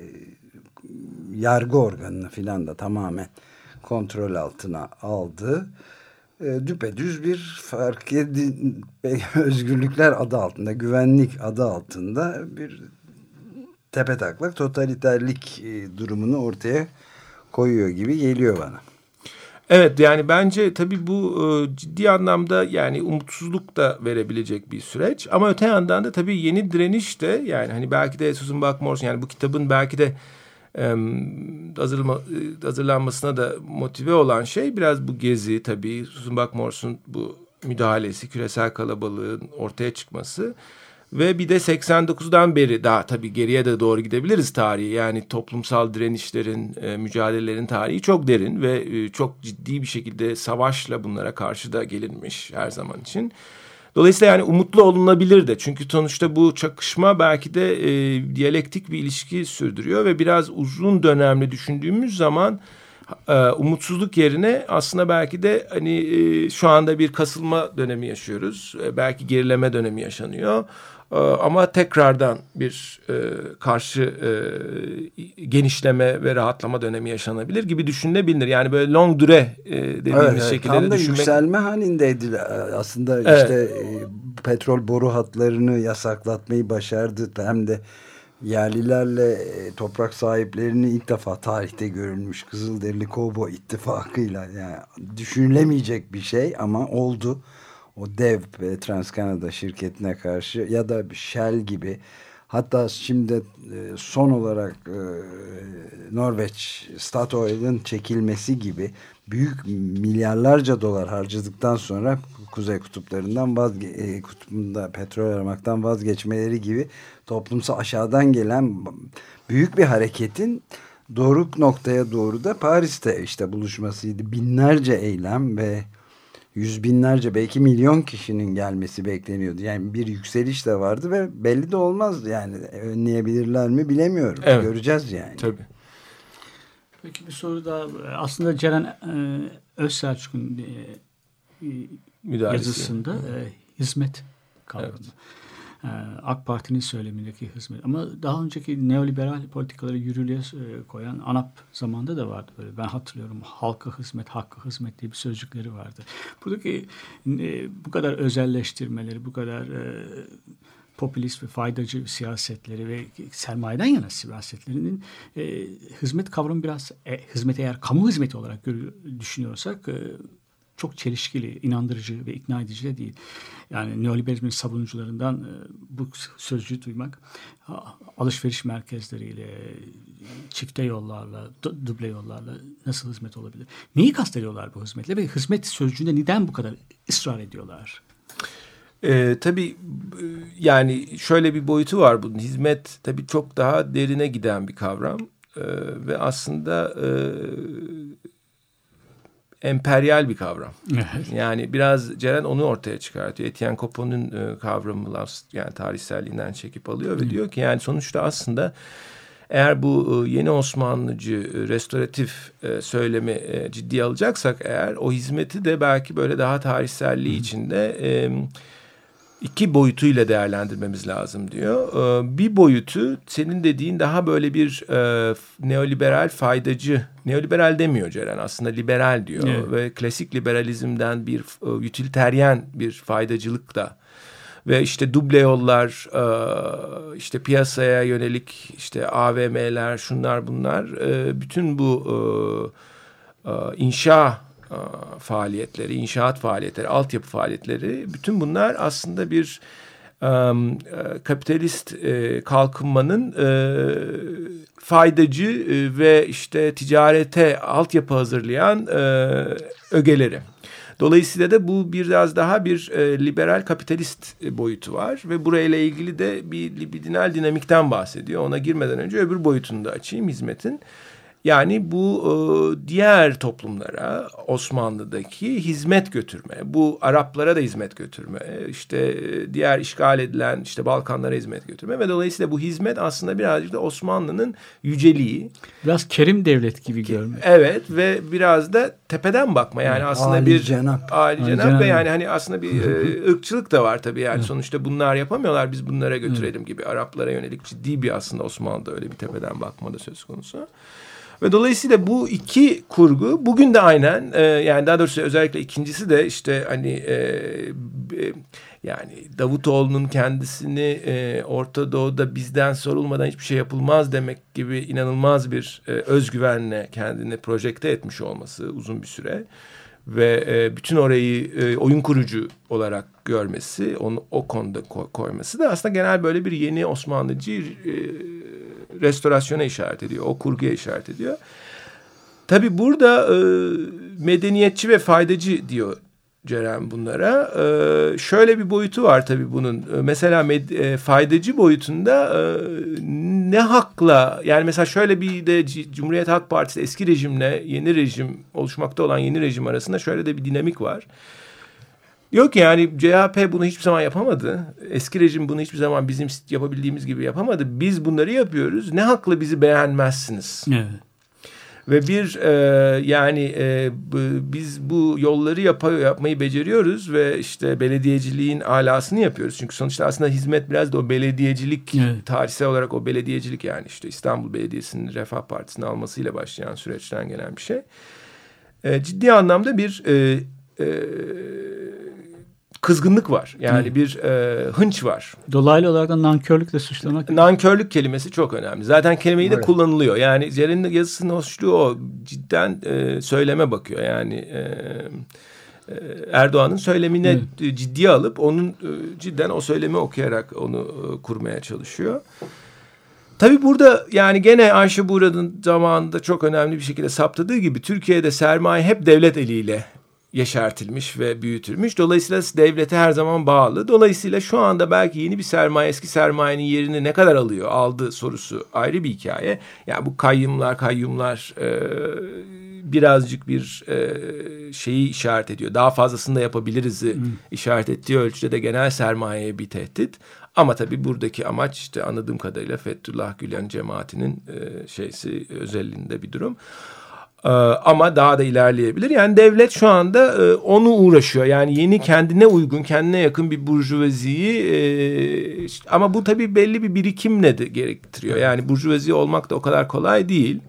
yargı organını filan da tamamen kontrol altına aldı. E, düpedüz bir fark edin, özgürlükler adı altında, güvenlik adı altında bir tepetaklak totaliterlik e, durumunu ortaya koyuyor gibi geliyor bana. Evet, yani bence tabii bu e, ciddi anlamda yani umutsuzluk da verebilecek bir süreç. Ama öte yandan da tabii yeni direniş de, yani hani belki de Susan Buck-Morss, yani bu kitabın belki de e, hazırlama, hazırlanmasına da motive olan şey biraz bu gezi, tabii Susan Buck-Morss'un bu müdahalesi, küresel kalabalığın ortaya çıkması. Ve bir de seksen dokuzdan beri daha tabii geriye de doğru gidebiliriz tarihi. Yani toplumsal direnişlerin, e, mücadelelerin tarihi çok derin ve e, çok ciddi bir şekilde savaşla bunlara karşı da gelinmiş her zaman için. Dolayısıyla yani umutlu olunabilir de. Çünkü sonuçta bu çakışma belki de e, diyalektik bir ilişki sürdürüyor ve biraz uzun dönemli düşündüğümüz zaman e, umutsuzluk yerine aslında belki de hani e, şu anda bir kasılma dönemi yaşıyoruz. E, belki gerileme dönemi yaşanıyor. Ama tekrardan bir e, karşı e, genişleme ve rahatlama dönemi yaşanabilir gibi düşünülebilir. Yani böyle long düre e, dediğimiz evet, şekilde tam de da düşünmek. yükselme halindeydi. Aslında evet. işte e, petrol boru hatlarını yasaklatmayı başardı. Hem de yerlilerle e, toprak sahiplerini ilk defa tarihte görülmüş Kızılderili Kovboy ittifakıyla, yani düşünülemeyecek bir şey ama oldu. O dev Trans-Canada şirketine karşı ya da Shell gibi, hatta şimdi son olarak Norveç Statoil'in çekilmesi gibi büyük milyarlarca dolar harcadıktan sonra kuzey kutuplarından vazge kutbunda petrol aramaktan vazgeçmeleri gibi toplumsal aşağıdan gelen büyük bir hareketin doruk noktaya doğru da Paris'te işte buluşmasıydı. Binlerce eylem ve yüz binlerce, belki milyon kişinin gelmesi bekleniyordu. Yani bir yükseliş de vardı ve belli de olmaz, yani önleyebilirler mi bilemiyorum. Evet. Göreceğiz yani. Tabii. Peki bir soru daha. Aslında Ceren e, Özselçuk'un e, yazısında e, hizmet kavramı. Evet. AK Parti'nin söylemindeki hizmet. Ama daha önceki neoliberal politikaları yürürlüğe koyan ANAP zamanında da vardı böyle. Ben hatırlıyorum, halka hizmet, hakka hizmet diye bir sözcükleri vardı. Buradaki bu kadar özelleştirmeleri, bu kadar popülist ve faydacı siyasetleri ve sermayeden yana siyasetlerinin hizmet kavramı biraz, hizmet eğer kamu hizmeti olarak düşünüyorsak çok çelişkili, inandırıcı ve ikna edici de değil. Yani neoliberalizmin savunucularından e, bu sözcüğü duymak, alışveriş merkezleriyle, çifte yollarla, duble yollarla nasıl hizmet olabilir? Neyi kastediyorlar bu hizmetle ve hizmet sözcüğünde neden bu kadar ısrar ediyorlar? Ee, tabii yani şöyle bir boyutu var bunun. Hizmet tabii çok daha derine giden bir kavram ee, ve aslında e, emperyal bir kavram. Evet. Yani biraz Ceren onu ortaya çıkartıyor. Etienne Copon'un e, kavramı yani tarihselliğinden çekip alıyor ve Hı. diyor ki yani sonuçta aslında eğer bu yeni Osmanlıcı restoratif e, söylemi e, ciddiye alacaksak eğer o hizmeti de belki böyle daha tarihselliği Hı. içinde e, iki boyutuyla değerlendirmemiz lazım diyor. E, bir boyutu senin dediğin daha böyle bir e, neoliberal faydacı, neoliberal demiyor Ceren aslında liberal diyor evet. ve klasik liberalizmden bir e, utiliteryen bir faydacılık da ve işte duble yollar, işte piyasaya yönelik işte A V M'ler, şunlar bunlar, bütün bu inşa faaliyetleri, inşaat faaliyetleri, altyapı faaliyetleri, bütün bunlar aslında bir kapitalist kalkınmanın faydacı ve işte ticarete altyapı hazırlayan ögeleri. Dolayısıyla da bu biraz daha bir e, liberal kapitalist e, boyutu var ve burayla ilgili de bir libidinal dinamikten bahsediyor. Ona girmeden önce öbür boyutunu da açayım hizmetin. Yani bu e, diğer toplumlara Osmanlı'daki hizmet götürme, bu Araplara da hizmet götürme, işte e, diğer işgal edilen işte Balkanlara hizmet götürme ve dolayısıyla bu hizmet aslında birazcık da Osmanlı'nın yüceliği. Biraz kerim devlet gibi görmek. Evet ve biraz da tepeden bakma yani aslında Ali bir cenap. Ali cenap, cenap ve yani hani aslında bir e, ırkçılık da var tabii yani evet. sonuçta bunlar yapamıyorlar biz bunlara götürelim evet. gibi Araplara yönelik ciddi bir aslında Osmanlı'da öyle bir tepeden bakma da söz konusu. Ve dolayısıyla bu iki kurgu bugün de aynen e, yani daha doğrusu özellikle ikincisi de işte hani e, e, yani Davutoğlu'nun kendisini e, Orta Doğu'da bizden sorulmadan hiçbir şey yapılmaz demek gibi inanılmaz bir e, özgüvenle kendini projekte etmiş olması uzun bir süre ve e, bütün orayı e, oyun kurucu olarak görmesi, onu o konuda ko- koyması da aslında genel böyle bir yeni Osmanlıcı e, restorasyona işaret ediyor. O kurguya işaret ediyor. Tabii burada e, medeniyetçi ve faydacı diyor Ceren bunlara. E, şöyle bir boyutu var tabii bunun. E, mesela med, e, faydacı boyutunda e, ne hakla yani mesela şöyle bir de Cumhuriyet Halk Partisi eski rejimle yeni rejim oluşmakta olan yeni rejim arasında şöyle de bir dinamik var. Yok yani C H P bunu hiçbir zaman yapamadı. Eski rejim bunu hiçbir zaman bizim yapabildiğimiz gibi yapamadı. Biz bunları yapıyoruz. Ne hakla bizi beğenmezsiniz? Evet. Ve bir e, yani e, b, biz bu yolları yap yapmayı beceriyoruz ve işte belediyeciliğin alasını yapıyoruz. Çünkü sonuçta aslında hizmet biraz da o belediyecilik evet. tarihsel olarak o belediyecilik yani işte İstanbul Belediyesi'nin Refah Partisi'ni almasıyla başlayan süreçten gelen bir şey. E, ciddi anlamda bir e, e, kızgınlık var. Yani Hı. bir e, hınç var. Dolaylı olarak da nankörlükle suçlamak. Nankörlük kelimesi çok önemli. Zaten kelimeyi evet. de kullanılıyor. Yani Ceren'in yazısının hoşluğu o. Cidden e, söyleme bakıyor. Yani e, e, Erdoğan'ın söylemine evet. ciddiye alıp onun e, cidden o söylemi okuyarak onu e, kurmaya çalışıyor. Tabii burada yani gene Ayşe Buğra'nın zamanında çok önemli bir şekilde saptadığı gibi Türkiye'de sermaye hep devlet eliyle yeşertilmiş ve büyütülmüş. Dolayısıyla devlete her zaman bağlı. Dolayısıyla şu anda belki yeni bir sermaye eski sermayenin yerini ne kadar alıyor, aldı sorusu ayrı bir hikaye. Yani bu kayyumlar, kayyumlar e, birazcık bir e, şeyi işaret ediyor. Daha fazlasını da yapabiliriz'i hmm. işaret ettiği ölçüde de genel sermayeye bir tehdit. Ama tabii buradaki amaç işte anladığım kadarıyla Fethullah Gülen cemaatinin e, şeysi özelliğinde bir durum. Ee, ama daha da ilerleyebilir. Yani devlet şu anda e, onu uğraşıyor. Yani yeni kendine uygun, kendine yakın bir burjuvaziyi e, işte, ama bu tabii belli bir birikimle de gerektiriyor. Yani burjuvazi olmak da o kadar kolay değil.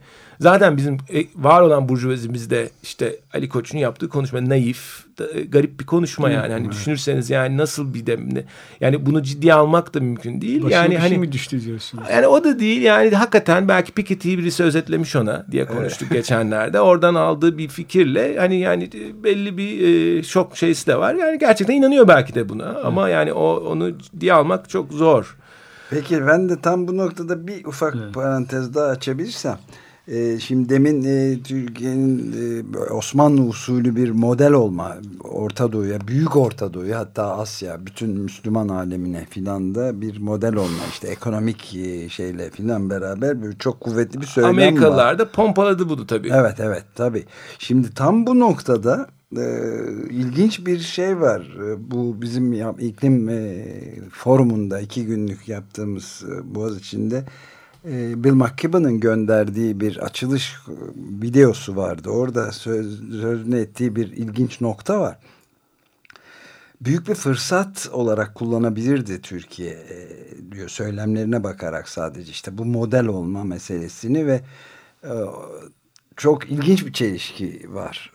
Zaten bizim var olan burjuvazimizde işte Ali Koç'un yaptığı konuşma naif, garip bir konuşma yani. Hani evet. Düşünürseniz yani nasıl bir de yani bunu ciddiye almak da mümkün değil. Başına yani bir hani şey mi düştü diyorsunuz? Yani o da değil. Yani hakikaten belki Piketty'yi birisi özetlemiş ona diye konuştuk evet. geçenlerde. Oradan aldığı bir fikirle hani yani belli bir e, şok şeysi de var. Yani gerçekten inanıyor belki de buna. Evet. Ama yani o onu ciddiye almak çok zor. Peki ben de tam bu noktada bir ufak evet. parantez daha açabilirsem. Ee, şimdi demin e, Türkiye'nin e, Osmanlı usulü bir model olma, Orta Doğu'ya, büyük Orta Doğu'ya, hatta Asya, bütün Müslüman alemine filan da bir model olma, işte ekonomik e, şeyle filan beraber bir, çok kuvvetli bir söylem var. Amerikalılar da pompaladı bunu tabii. Evet evet tabii. Şimdi tam bu noktada e, ilginç bir şey var. E, bu bizim ya, iklim e, forumunda iki günlük yaptığımız e, Boğaziçi'nde Bill McKibben'ın gönderdiği bir açılış videosu vardı. Orada söz, sözünü ettiği bir ilginç nokta var. Büyük bir fırsat olarak kullanabilirdi Türkiye diyor, söylemlerine bakarak sadece işte bu model olma meselesini ve çok ilginç bir çelişki var.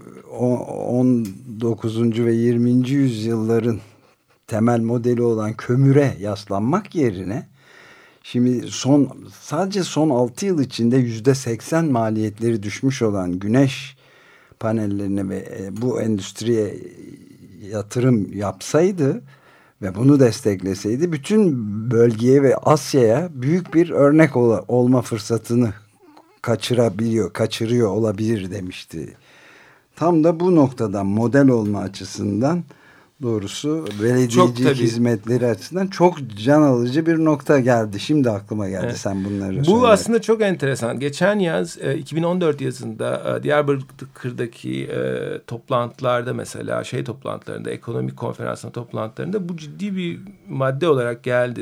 on dokuzuncu ve yirminci yüzyılların temel modeli olan kömüre yaslanmak yerine şimdi son sadece son altı yıl içinde yüzde seksen maliyetleri düşmüş olan güneş panellerine ve bu endüstriye yatırım yapsaydı ve bunu destekleseydi bütün bölgeye ve Asya'ya büyük bir örnek ol, olma fırsatını kaçırabiliyor, kaçırıyor olabilir demişti. Tam da bu noktadan model olma açısından doğrusu belediyecilik hizmetleri açısından çok can alıcı bir nokta geldi. Şimdi aklıma geldi evet. sen bunları Bu söyledin. aslında çok enteresan. Geçen yaz iki bin on dört yazında Diyarbakır'daki toplantılarda mesela şey toplantılarında, ekonomik konferansının toplantılarında bu ciddi bir madde olarak geldi.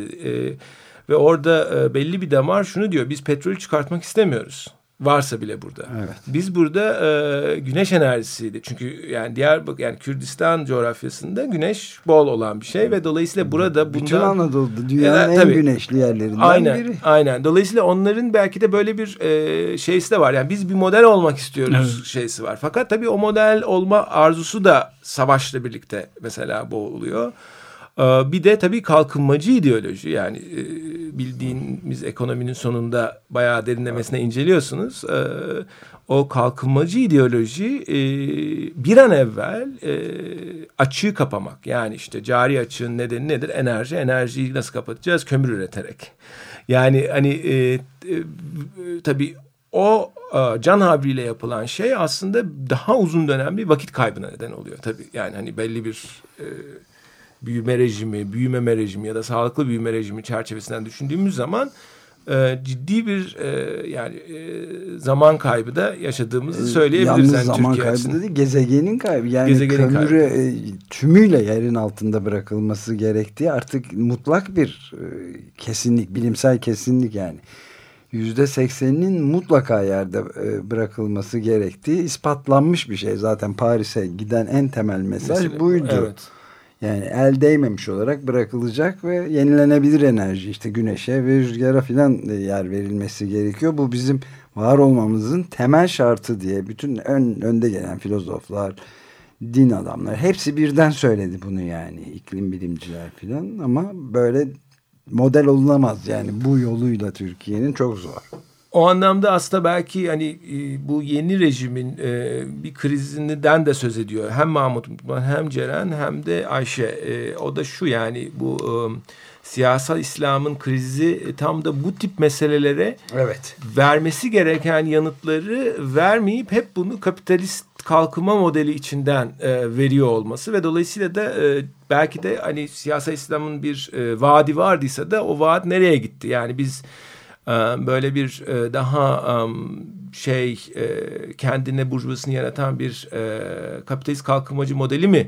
Ve orada belli bir damar şunu diyor: biz petrolü çıkartmak istemiyoruz. Varsa bile burada. Evet. Biz burada e, güneş enerjisiydi. Çünkü yani diğer yani Kürdistan coğrafyasında güneş bol olan bir şey ve dolayısıyla burada bundan bütün Anadolu'da dünyanın e, en tabii, güneşli yerlerinden aynen, biri. Aynen. Dolayısıyla onların belki de böyle bir e, şeysi de var. Yani biz bir model olmak istiyoruz evet. şeysi var. Fakat tabii o model olma arzusu da savaşla birlikte mesela boğuluyor. Bir de tabii kalkınmacı ideoloji, yani bildiğimiz ekonominin sonunda bayağı derinlemesine inceliyorsunuz. O kalkınmacı ideoloji bir an evvel açığı kapamak. Yani işte cari açığın nedeni nedir? Enerji. Enerjiyi nasıl kapatacağız? Kömür üreterek. Yani hani e, e, tabii o can havliyle yapılan şey aslında daha uzun dönemli vakit kaybına neden oluyor. Tabii yani hani belli bir e, büyüme rejimi, büyümeme rejimi ya da sağlıklı büyüme rejimi çerçevesinden düşündüğümüz zaman e, ciddi bir e, yani e, zaman kaybı da yaşadığımızı söyleyebiliriz. Yalnız yani zaman Türkiye kaybı açısından. değil, gezegenin kaybı. Yani gezegenin kömürü kaybı. E, tümüyle yerin altında bırakılması gerektiği artık mutlak bir e, kesinlik, bilimsel kesinlik yani. Yüzde sekseninin mutlaka yerde e, bırakılması gerektiği ispatlanmış bir şey. Zaten Paris'e giden en temel mesaj Mesela, buydu. Evet. Yani el değmemiş olarak bırakılacak ve yenilenebilir enerji, işte güneşe ve rüzgara filan yer verilmesi gerekiyor. Bu bizim var olmamızın temel şartı diye bütün ön, önde gelen filozoflar, din adamları hepsi birden söyledi bunu, yani iklim bilimciler filan. Ama böyle model olunamaz yani bu yoluyla Türkiye'nin, çok zor. O anlamda aslında belki hani bu yeni rejimin bir krizinden de söz ediyor. Hem Mahmut hem Ceren hem de Ayşe. O da şu, yani bu siyasal İslam'ın krizi tam da bu tip meselelere evet. vermesi gereken yanıtları vermeyip hep bunu kapitalist kalkınma modeli içinden e, veriyor olması ve dolayısıyla da e, belki de hani siyasal İslam'ın bir e, vaadi vardıysa da o vaat nereye gitti? Yani biz e, böyle bir e, daha um, şey e, kendine burjuvasını yaratan bir e, kapitalist kalkınmacı modeli mi?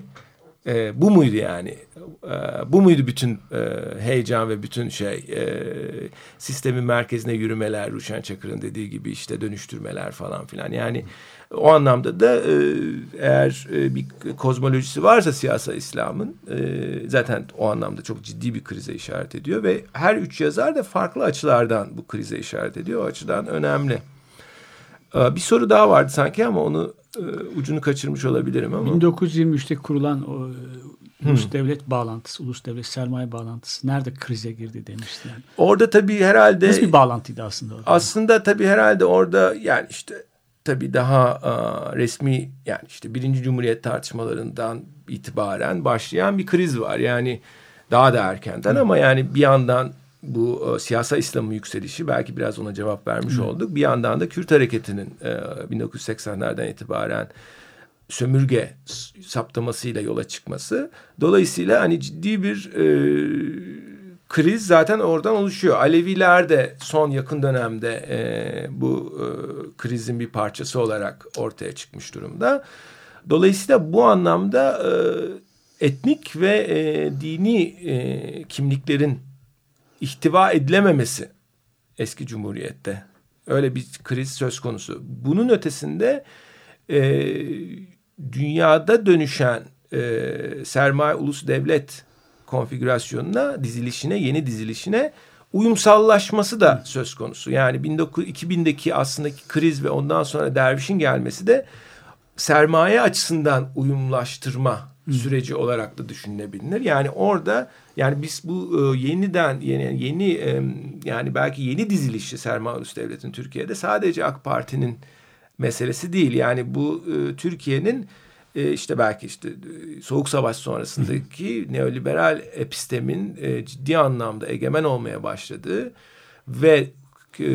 E, bu muydu yani? E, bu muydu bütün e, heyecan ve bütün şey e, sistemin merkezine yürümeler, Ruşen Çakır'ın dediği gibi işte dönüştürmeler falan filan. Yani o anlamda da e, eğer e, bir kozmolojisi varsa siyasal İslam'ın e, zaten o anlamda çok ciddi bir krize işaret ediyor ve her üç yazar da farklı açılardan bu krize işaret ediyor. O açıdan önemli. Bir soru daha vardı sanki ama onu ucunu kaçırmış olabilirim ama. bin dokuz yüz yirmi üçte kurulan o ulus devlet bağlantısı, ulus devlet sermaye bağlantısı nerede krize girdi demiştiler. Orada tabii herhalde... Nasıl bir bağlantıydı aslında orada? Aslında tabii herhalde orada yani işte tabii daha a, resmi yani işte birinci Cumhuriyet tartışmalarından itibaren başlayan bir kriz var. Yani daha da erkenden Hı. ama yani bir yandan bu e, siyasal İslam'ın yükselişi belki biraz ona cevap vermiş Hı. olduk. Bir yandan da Kürt hareketinin e, bin dokuz yüz seksenlerden itibaren sömürge saptamasıyla yola çıkması. Dolayısıyla hani ciddi bir e, kriz zaten oradan oluşuyor. Aleviler de son yakın dönemde e, bu e, krizin bir parçası olarak ortaya çıkmış durumda. Dolayısıyla bu anlamda e, etnik ve e, dini e, kimliklerin ihtiva edilememesi eski Cumhuriyet'te. Öyle bir kriz söz konusu. Bunun ötesinde e, dünyada dönüşen e, sermaye ulus devlet konfigürasyonuna, dizilişine, yeni dizilişine uyumsallaşması da söz konusu. Yani bin dokuz yüz iki bindeki aslında kriz ve ondan sonra dervişin gelmesi de sermaye açısından uyumlaştırma Hı. süreci olarak da düşünülebilir. Yani orada yani biz bu e, yeniden yeni yeni e, yani belki yeni dizilişi sermaye ulus devletin Türkiye'de sadece AK Parti'nin meselesi değil. Yani bu e, Türkiye'nin e, işte belki işte e, Soğuk Savaş sonrasındaki neoliberal epistemin e, ciddi anlamda egemen olmaya başladığı ve e,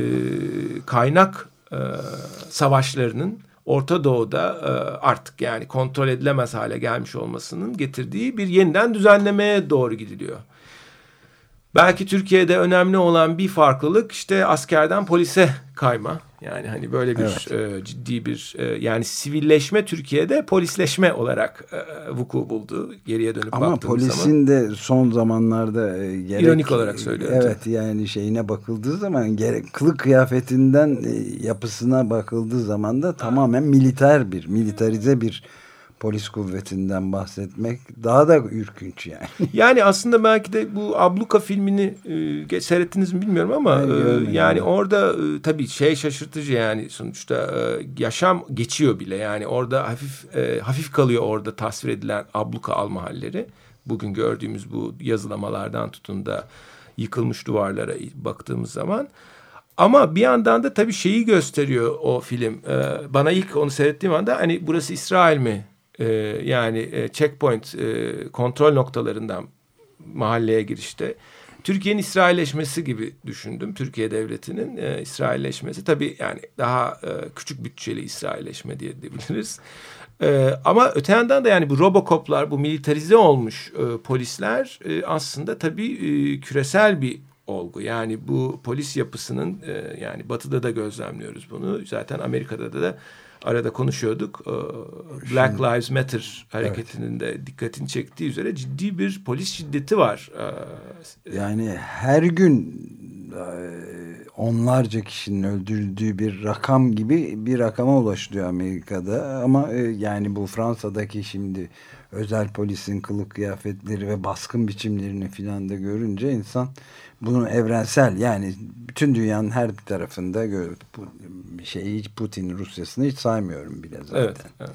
kaynak e, savaşlarının Orta Doğu'da e, artık yani kontrol edilemez hale gelmiş olmasının getirdiği bir yeniden düzenlemeye doğru gidiliyor. Belki Türkiye'de önemli olan bir farklılık işte askerden polise kayma. Yani hani böyle bir evet. e, ciddi bir e, yani sivilleşme Türkiye'de polisleşme olarak e, vuku buldu. Geriye dönüp Ama baktığımız zaman. Ama polisin de son zamanlarda e, gerek... İronik olarak söylüyorum. Evet yani şeyine bakıldığı zaman gerek kılık kıyafetinden e, yapısına bakıldığı zaman da tamamen militer bir, militarize bir polis kuvvetinden bahsetmek daha da ürkünç yani. Yani aslında belki de bu Abluka filmini e, seyrettiniz mi bilmiyorum ama e, yani orada e, tabii şey şaşırtıcı yani sonuçta e, yaşam geçiyor bile. Yani orada hafif e, hafif kalıyor orada tasvir edilen abluka alma halleri. Bugün gördüğümüz bu yazılamalardan tutun da yıkılmış duvarlara baktığımız zaman. Ama bir yandan da tabii şeyi gösteriyor o film. E, bana ilk onu seyrettiğim anda hani burası İsrail mi? Ee, yani e, checkpoint e, kontrol noktalarından mahalleye girişte Türkiye'nin İsrailleşmesi gibi düşündüm. Türkiye devletinin e, İsrailleşmesi tabii yani daha e, küçük bütçeli İsrailleşme diye diyebiliriz. E, ama öte yandan da yani bu Robocop'lar, bu militarize olmuş e, polisler e, aslında tabii e, küresel bir olgu. Yani bu polis yapısının e, yani Batı'da da gözlemliyoruz bunu. Zaten Amerika'da da da arada konuşuyorduk. Black Şimdi, Lives Matter hareketinin evet. de dikkatini çektiği üzere ciddi bir polis şiddeti var. Yani her gün onlarca kişinin öldürüldüğü bir rakam gibi bir rakama ulaşılıyor Amerika'da. Ama yani bu Fransa'daki şimdi özel polisin kılık kıyafetleri ve baskın biçimlerini filan da görünce insan bunu evrensel yani bütün dünyanın her bir tarafında gör, bu şeyi Putin Rusya'sını hiç saymıyorum bile zaten. Evet. evet.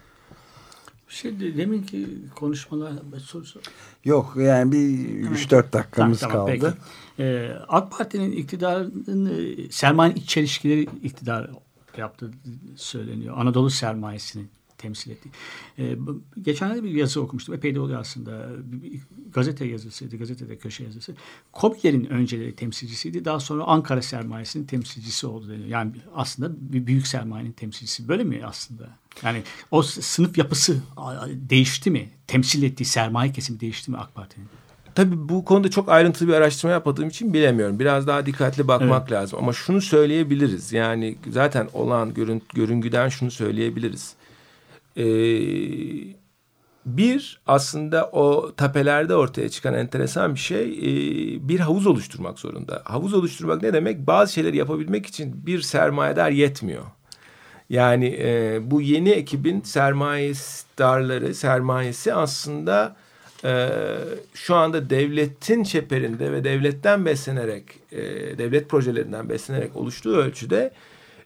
Şimdi deminki konuşmalar soru sor. Yok yani bir üç dört dakikamız tamam, tamam, kaldı. Ee, AK Parti'nin iktidarının sermayenin iç çelişkileri iktidar yaptığı söyleniyor. Anadolu sermayesinin temsil ettiği. Ee, geçenlerde bir yazı okumuştum. Epey de oluyor aslında. Bir gazete yazısıydı. Gazetede köşe yazısı. KOBİ'lerin önceleri temsilcisiydi. Daha sonra Ankara sermayesinin temsilcisi oldu deniyor. Yani aslında bir büyük sermayenin temsilcisi. Böyle mi aslında? Yani o sınıf yapısı değişti mi? Temsil ettiği sermaye kesimi değişti mi AK Parti'nin? Tabii bu konuda çok ayrıntılı bir araştırma yapmadığım için bilemiyorum. Biraz daha dikkatli bakmak evet. lazım. Ama şunu söyleyebiliriz. Yani zaten olan görün, görüngüden şunu söyleyebiliriz. Ee, bir aslında o tapelerde ortaya çıkan enteresan bir şey e, bir havuz oluşturmak zorunda. Havuz oluşturmak ne demek? Bazı şeyleri yapabilmek için bir sermayedar yetmiyor. Yani e, bu yeni ekibin sermayedarları, sermayesi aslında e, şu anda devletin çeperinde ve devletten beslenerek, e, devlet projelerinden beslenerek oluştuğu ölçüde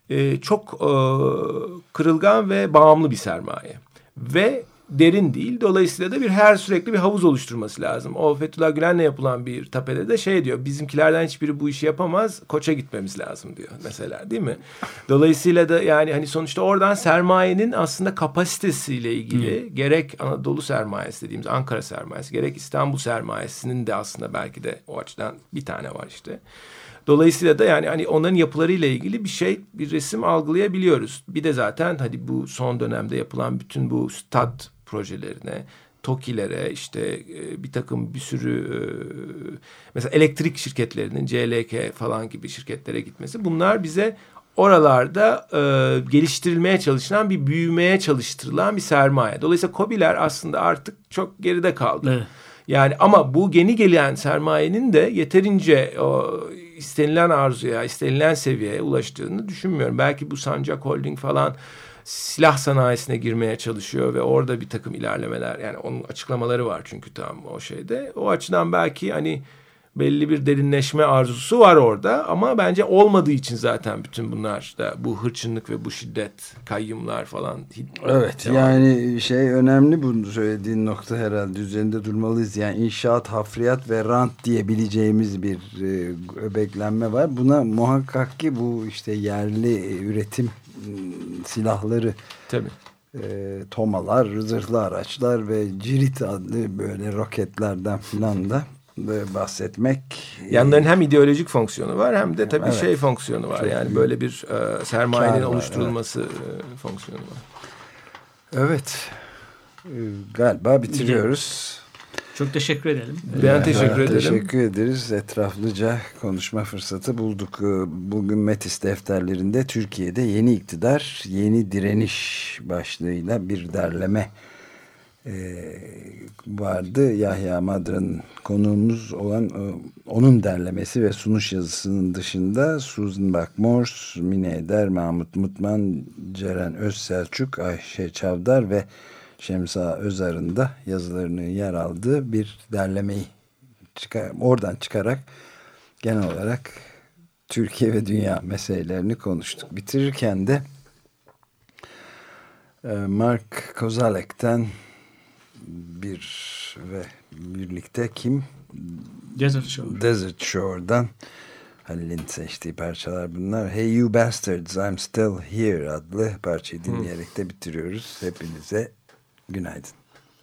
e, çok e, kırılgan ve bağımlı bir sermaye. Ve derin değil. Dolayısıyla da bir her sürekli bir havuz oluşturması lazım. O Fethullah Gülen'le yapılan bir tapede de şey diyor. Bizimkilerden hiçbiri bu işi yapamaz. Koç'a gitmemiz lazım diyor mesela, değil mi? Dolayısıyla da yani hani sonuçta oradan sermayenin aslında kapasitesiyle ilgili hmm. gerek Anadolu sermayesi dediğimiz Ankara sermayesi, gerek İstanbul sermayesinin de aslında belki de o açıdan bir tane var işte. Dolayısıyla da yani hani onların yapılarıyla ilgili bir şey, bir resim algılayabiliyoruz. Bir de zaten hadi bu son dönemde yapılan bütün bu stat projelerine, TOKİ'lere, işte bir takım bir sürü mesela elektrik şirketlerinin C L K falan gibi şirketlere gitmesi, bunlar bize oralarda e, geliştirilmeye çalışılan, bir büyümeye çalıştırılan bir sermaye. Dolayısıyla KOBİ'ler aslında artık çok geride kaldı. Evet. Yani ama bu yeni gelen sermayenin de yeterince o, istenilen arzuya, istenilen seviyeye ulaştığını düşünmüyorum. Belki bu Sancak Holding falan silah sanayisine girmeye çalışıyor ve orada bir takım ilerlemeler, yani onun açıklamaları var çünkü tam o şeyde. O açıdan belki hani belli bir derinleşme arzusu var orada ama bence olmadığı için zaten bütün bunlar da bu hırçınlık ve bu şiddet, kayyımlar falan. Evet yani şey önemli, bunu söylediğin nokta herhalde üzerinde durmalıyız. Yani inşaat, hafriyat ve rant diyebileceğimiz bir e, öbeklenme var. Buna muhakkak ki bu işte yerli üretim silahları, tabii. E, tomalar, zırhlı araçlar ve cirit adlı böyle roketlerden filan da bahsetmek. Yanların hem ideolojik fonksiyonu var hem de tabii evet. şey fonksiyonu var. Çok yani böyle bir e, sermayenin var, oluşturulması evet. e, fonksiyonu var. Evet. E, galiba bitiriyoruz. Çok teşekkür edelim. Ben yani, teşekkür ederim. Teşekkür ederiz. Etraflıca konuşma fırsatı bulduk. Bugün Metis defterlerinde Türkiye'de yeni iktidar, yeni direniş başlığıyla bir derleme Ee, vardı. Yahya Madra'nın konuğumuz olan onun derlemesi ve sunuş yazısının dışında Susan Buck-Morss, Mine Eder, Mahmut Mutman, Ceren Özselçuk, Ayşe Çavdar ve Şemsa Özar'ın da yazılarının yer aldığı bir derlemeyi çıkar, oradan çıkarak genel olarak Türkiye ve dünya meselelerini konuştuk. Bitirirken de Mark Kozalek'ten bir ve birlikte kim? Desert Shore. Desert Shore'dan Halil'in seçtiği parçalar bunlar. Hey You Bastards, I'm Still Here adlı parçayı dinleyerek de bitiriyoruz. Hepinize günaydın.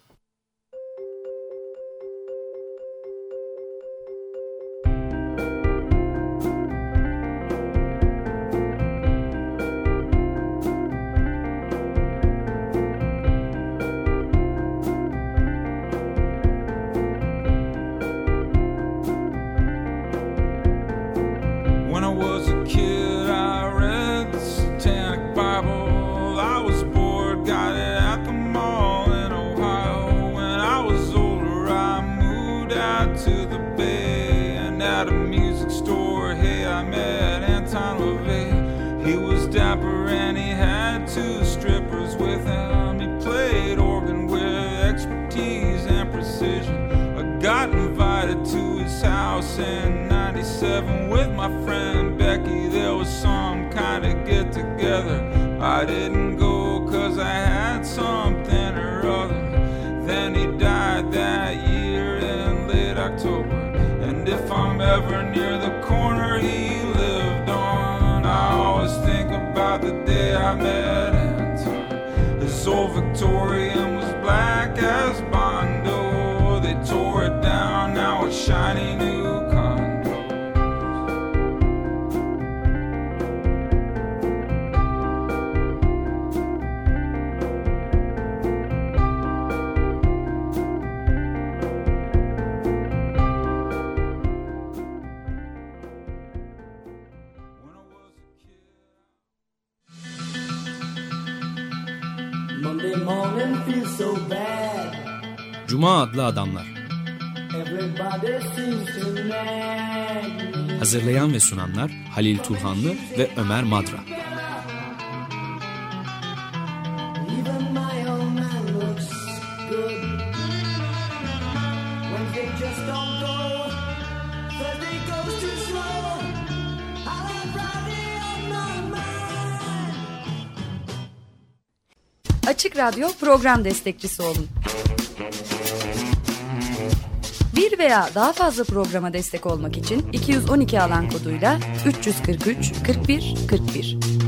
In ninety-seven with my friend Becky, there was some kind of get together. I didn't go cause I had something or other. Then he died that year in late October. And if I'm ever near the corner he lived on, I always think about the day I met Anton. His old Victorian was black as Bondo. They tore it down, now it's shiny new. Cuma adlı adamlar. Hazırlayan ve sunanlar Halil Turhanlı ve Ömer Madra. Thursday goes too slow. I have Friday on my mind. Açık Radyo program destekçisi olun. Bir veya daha fazla programa destek olmak için iki yüz on iki alan koduyla üç yüz kırk üç kırk bir kırk bir.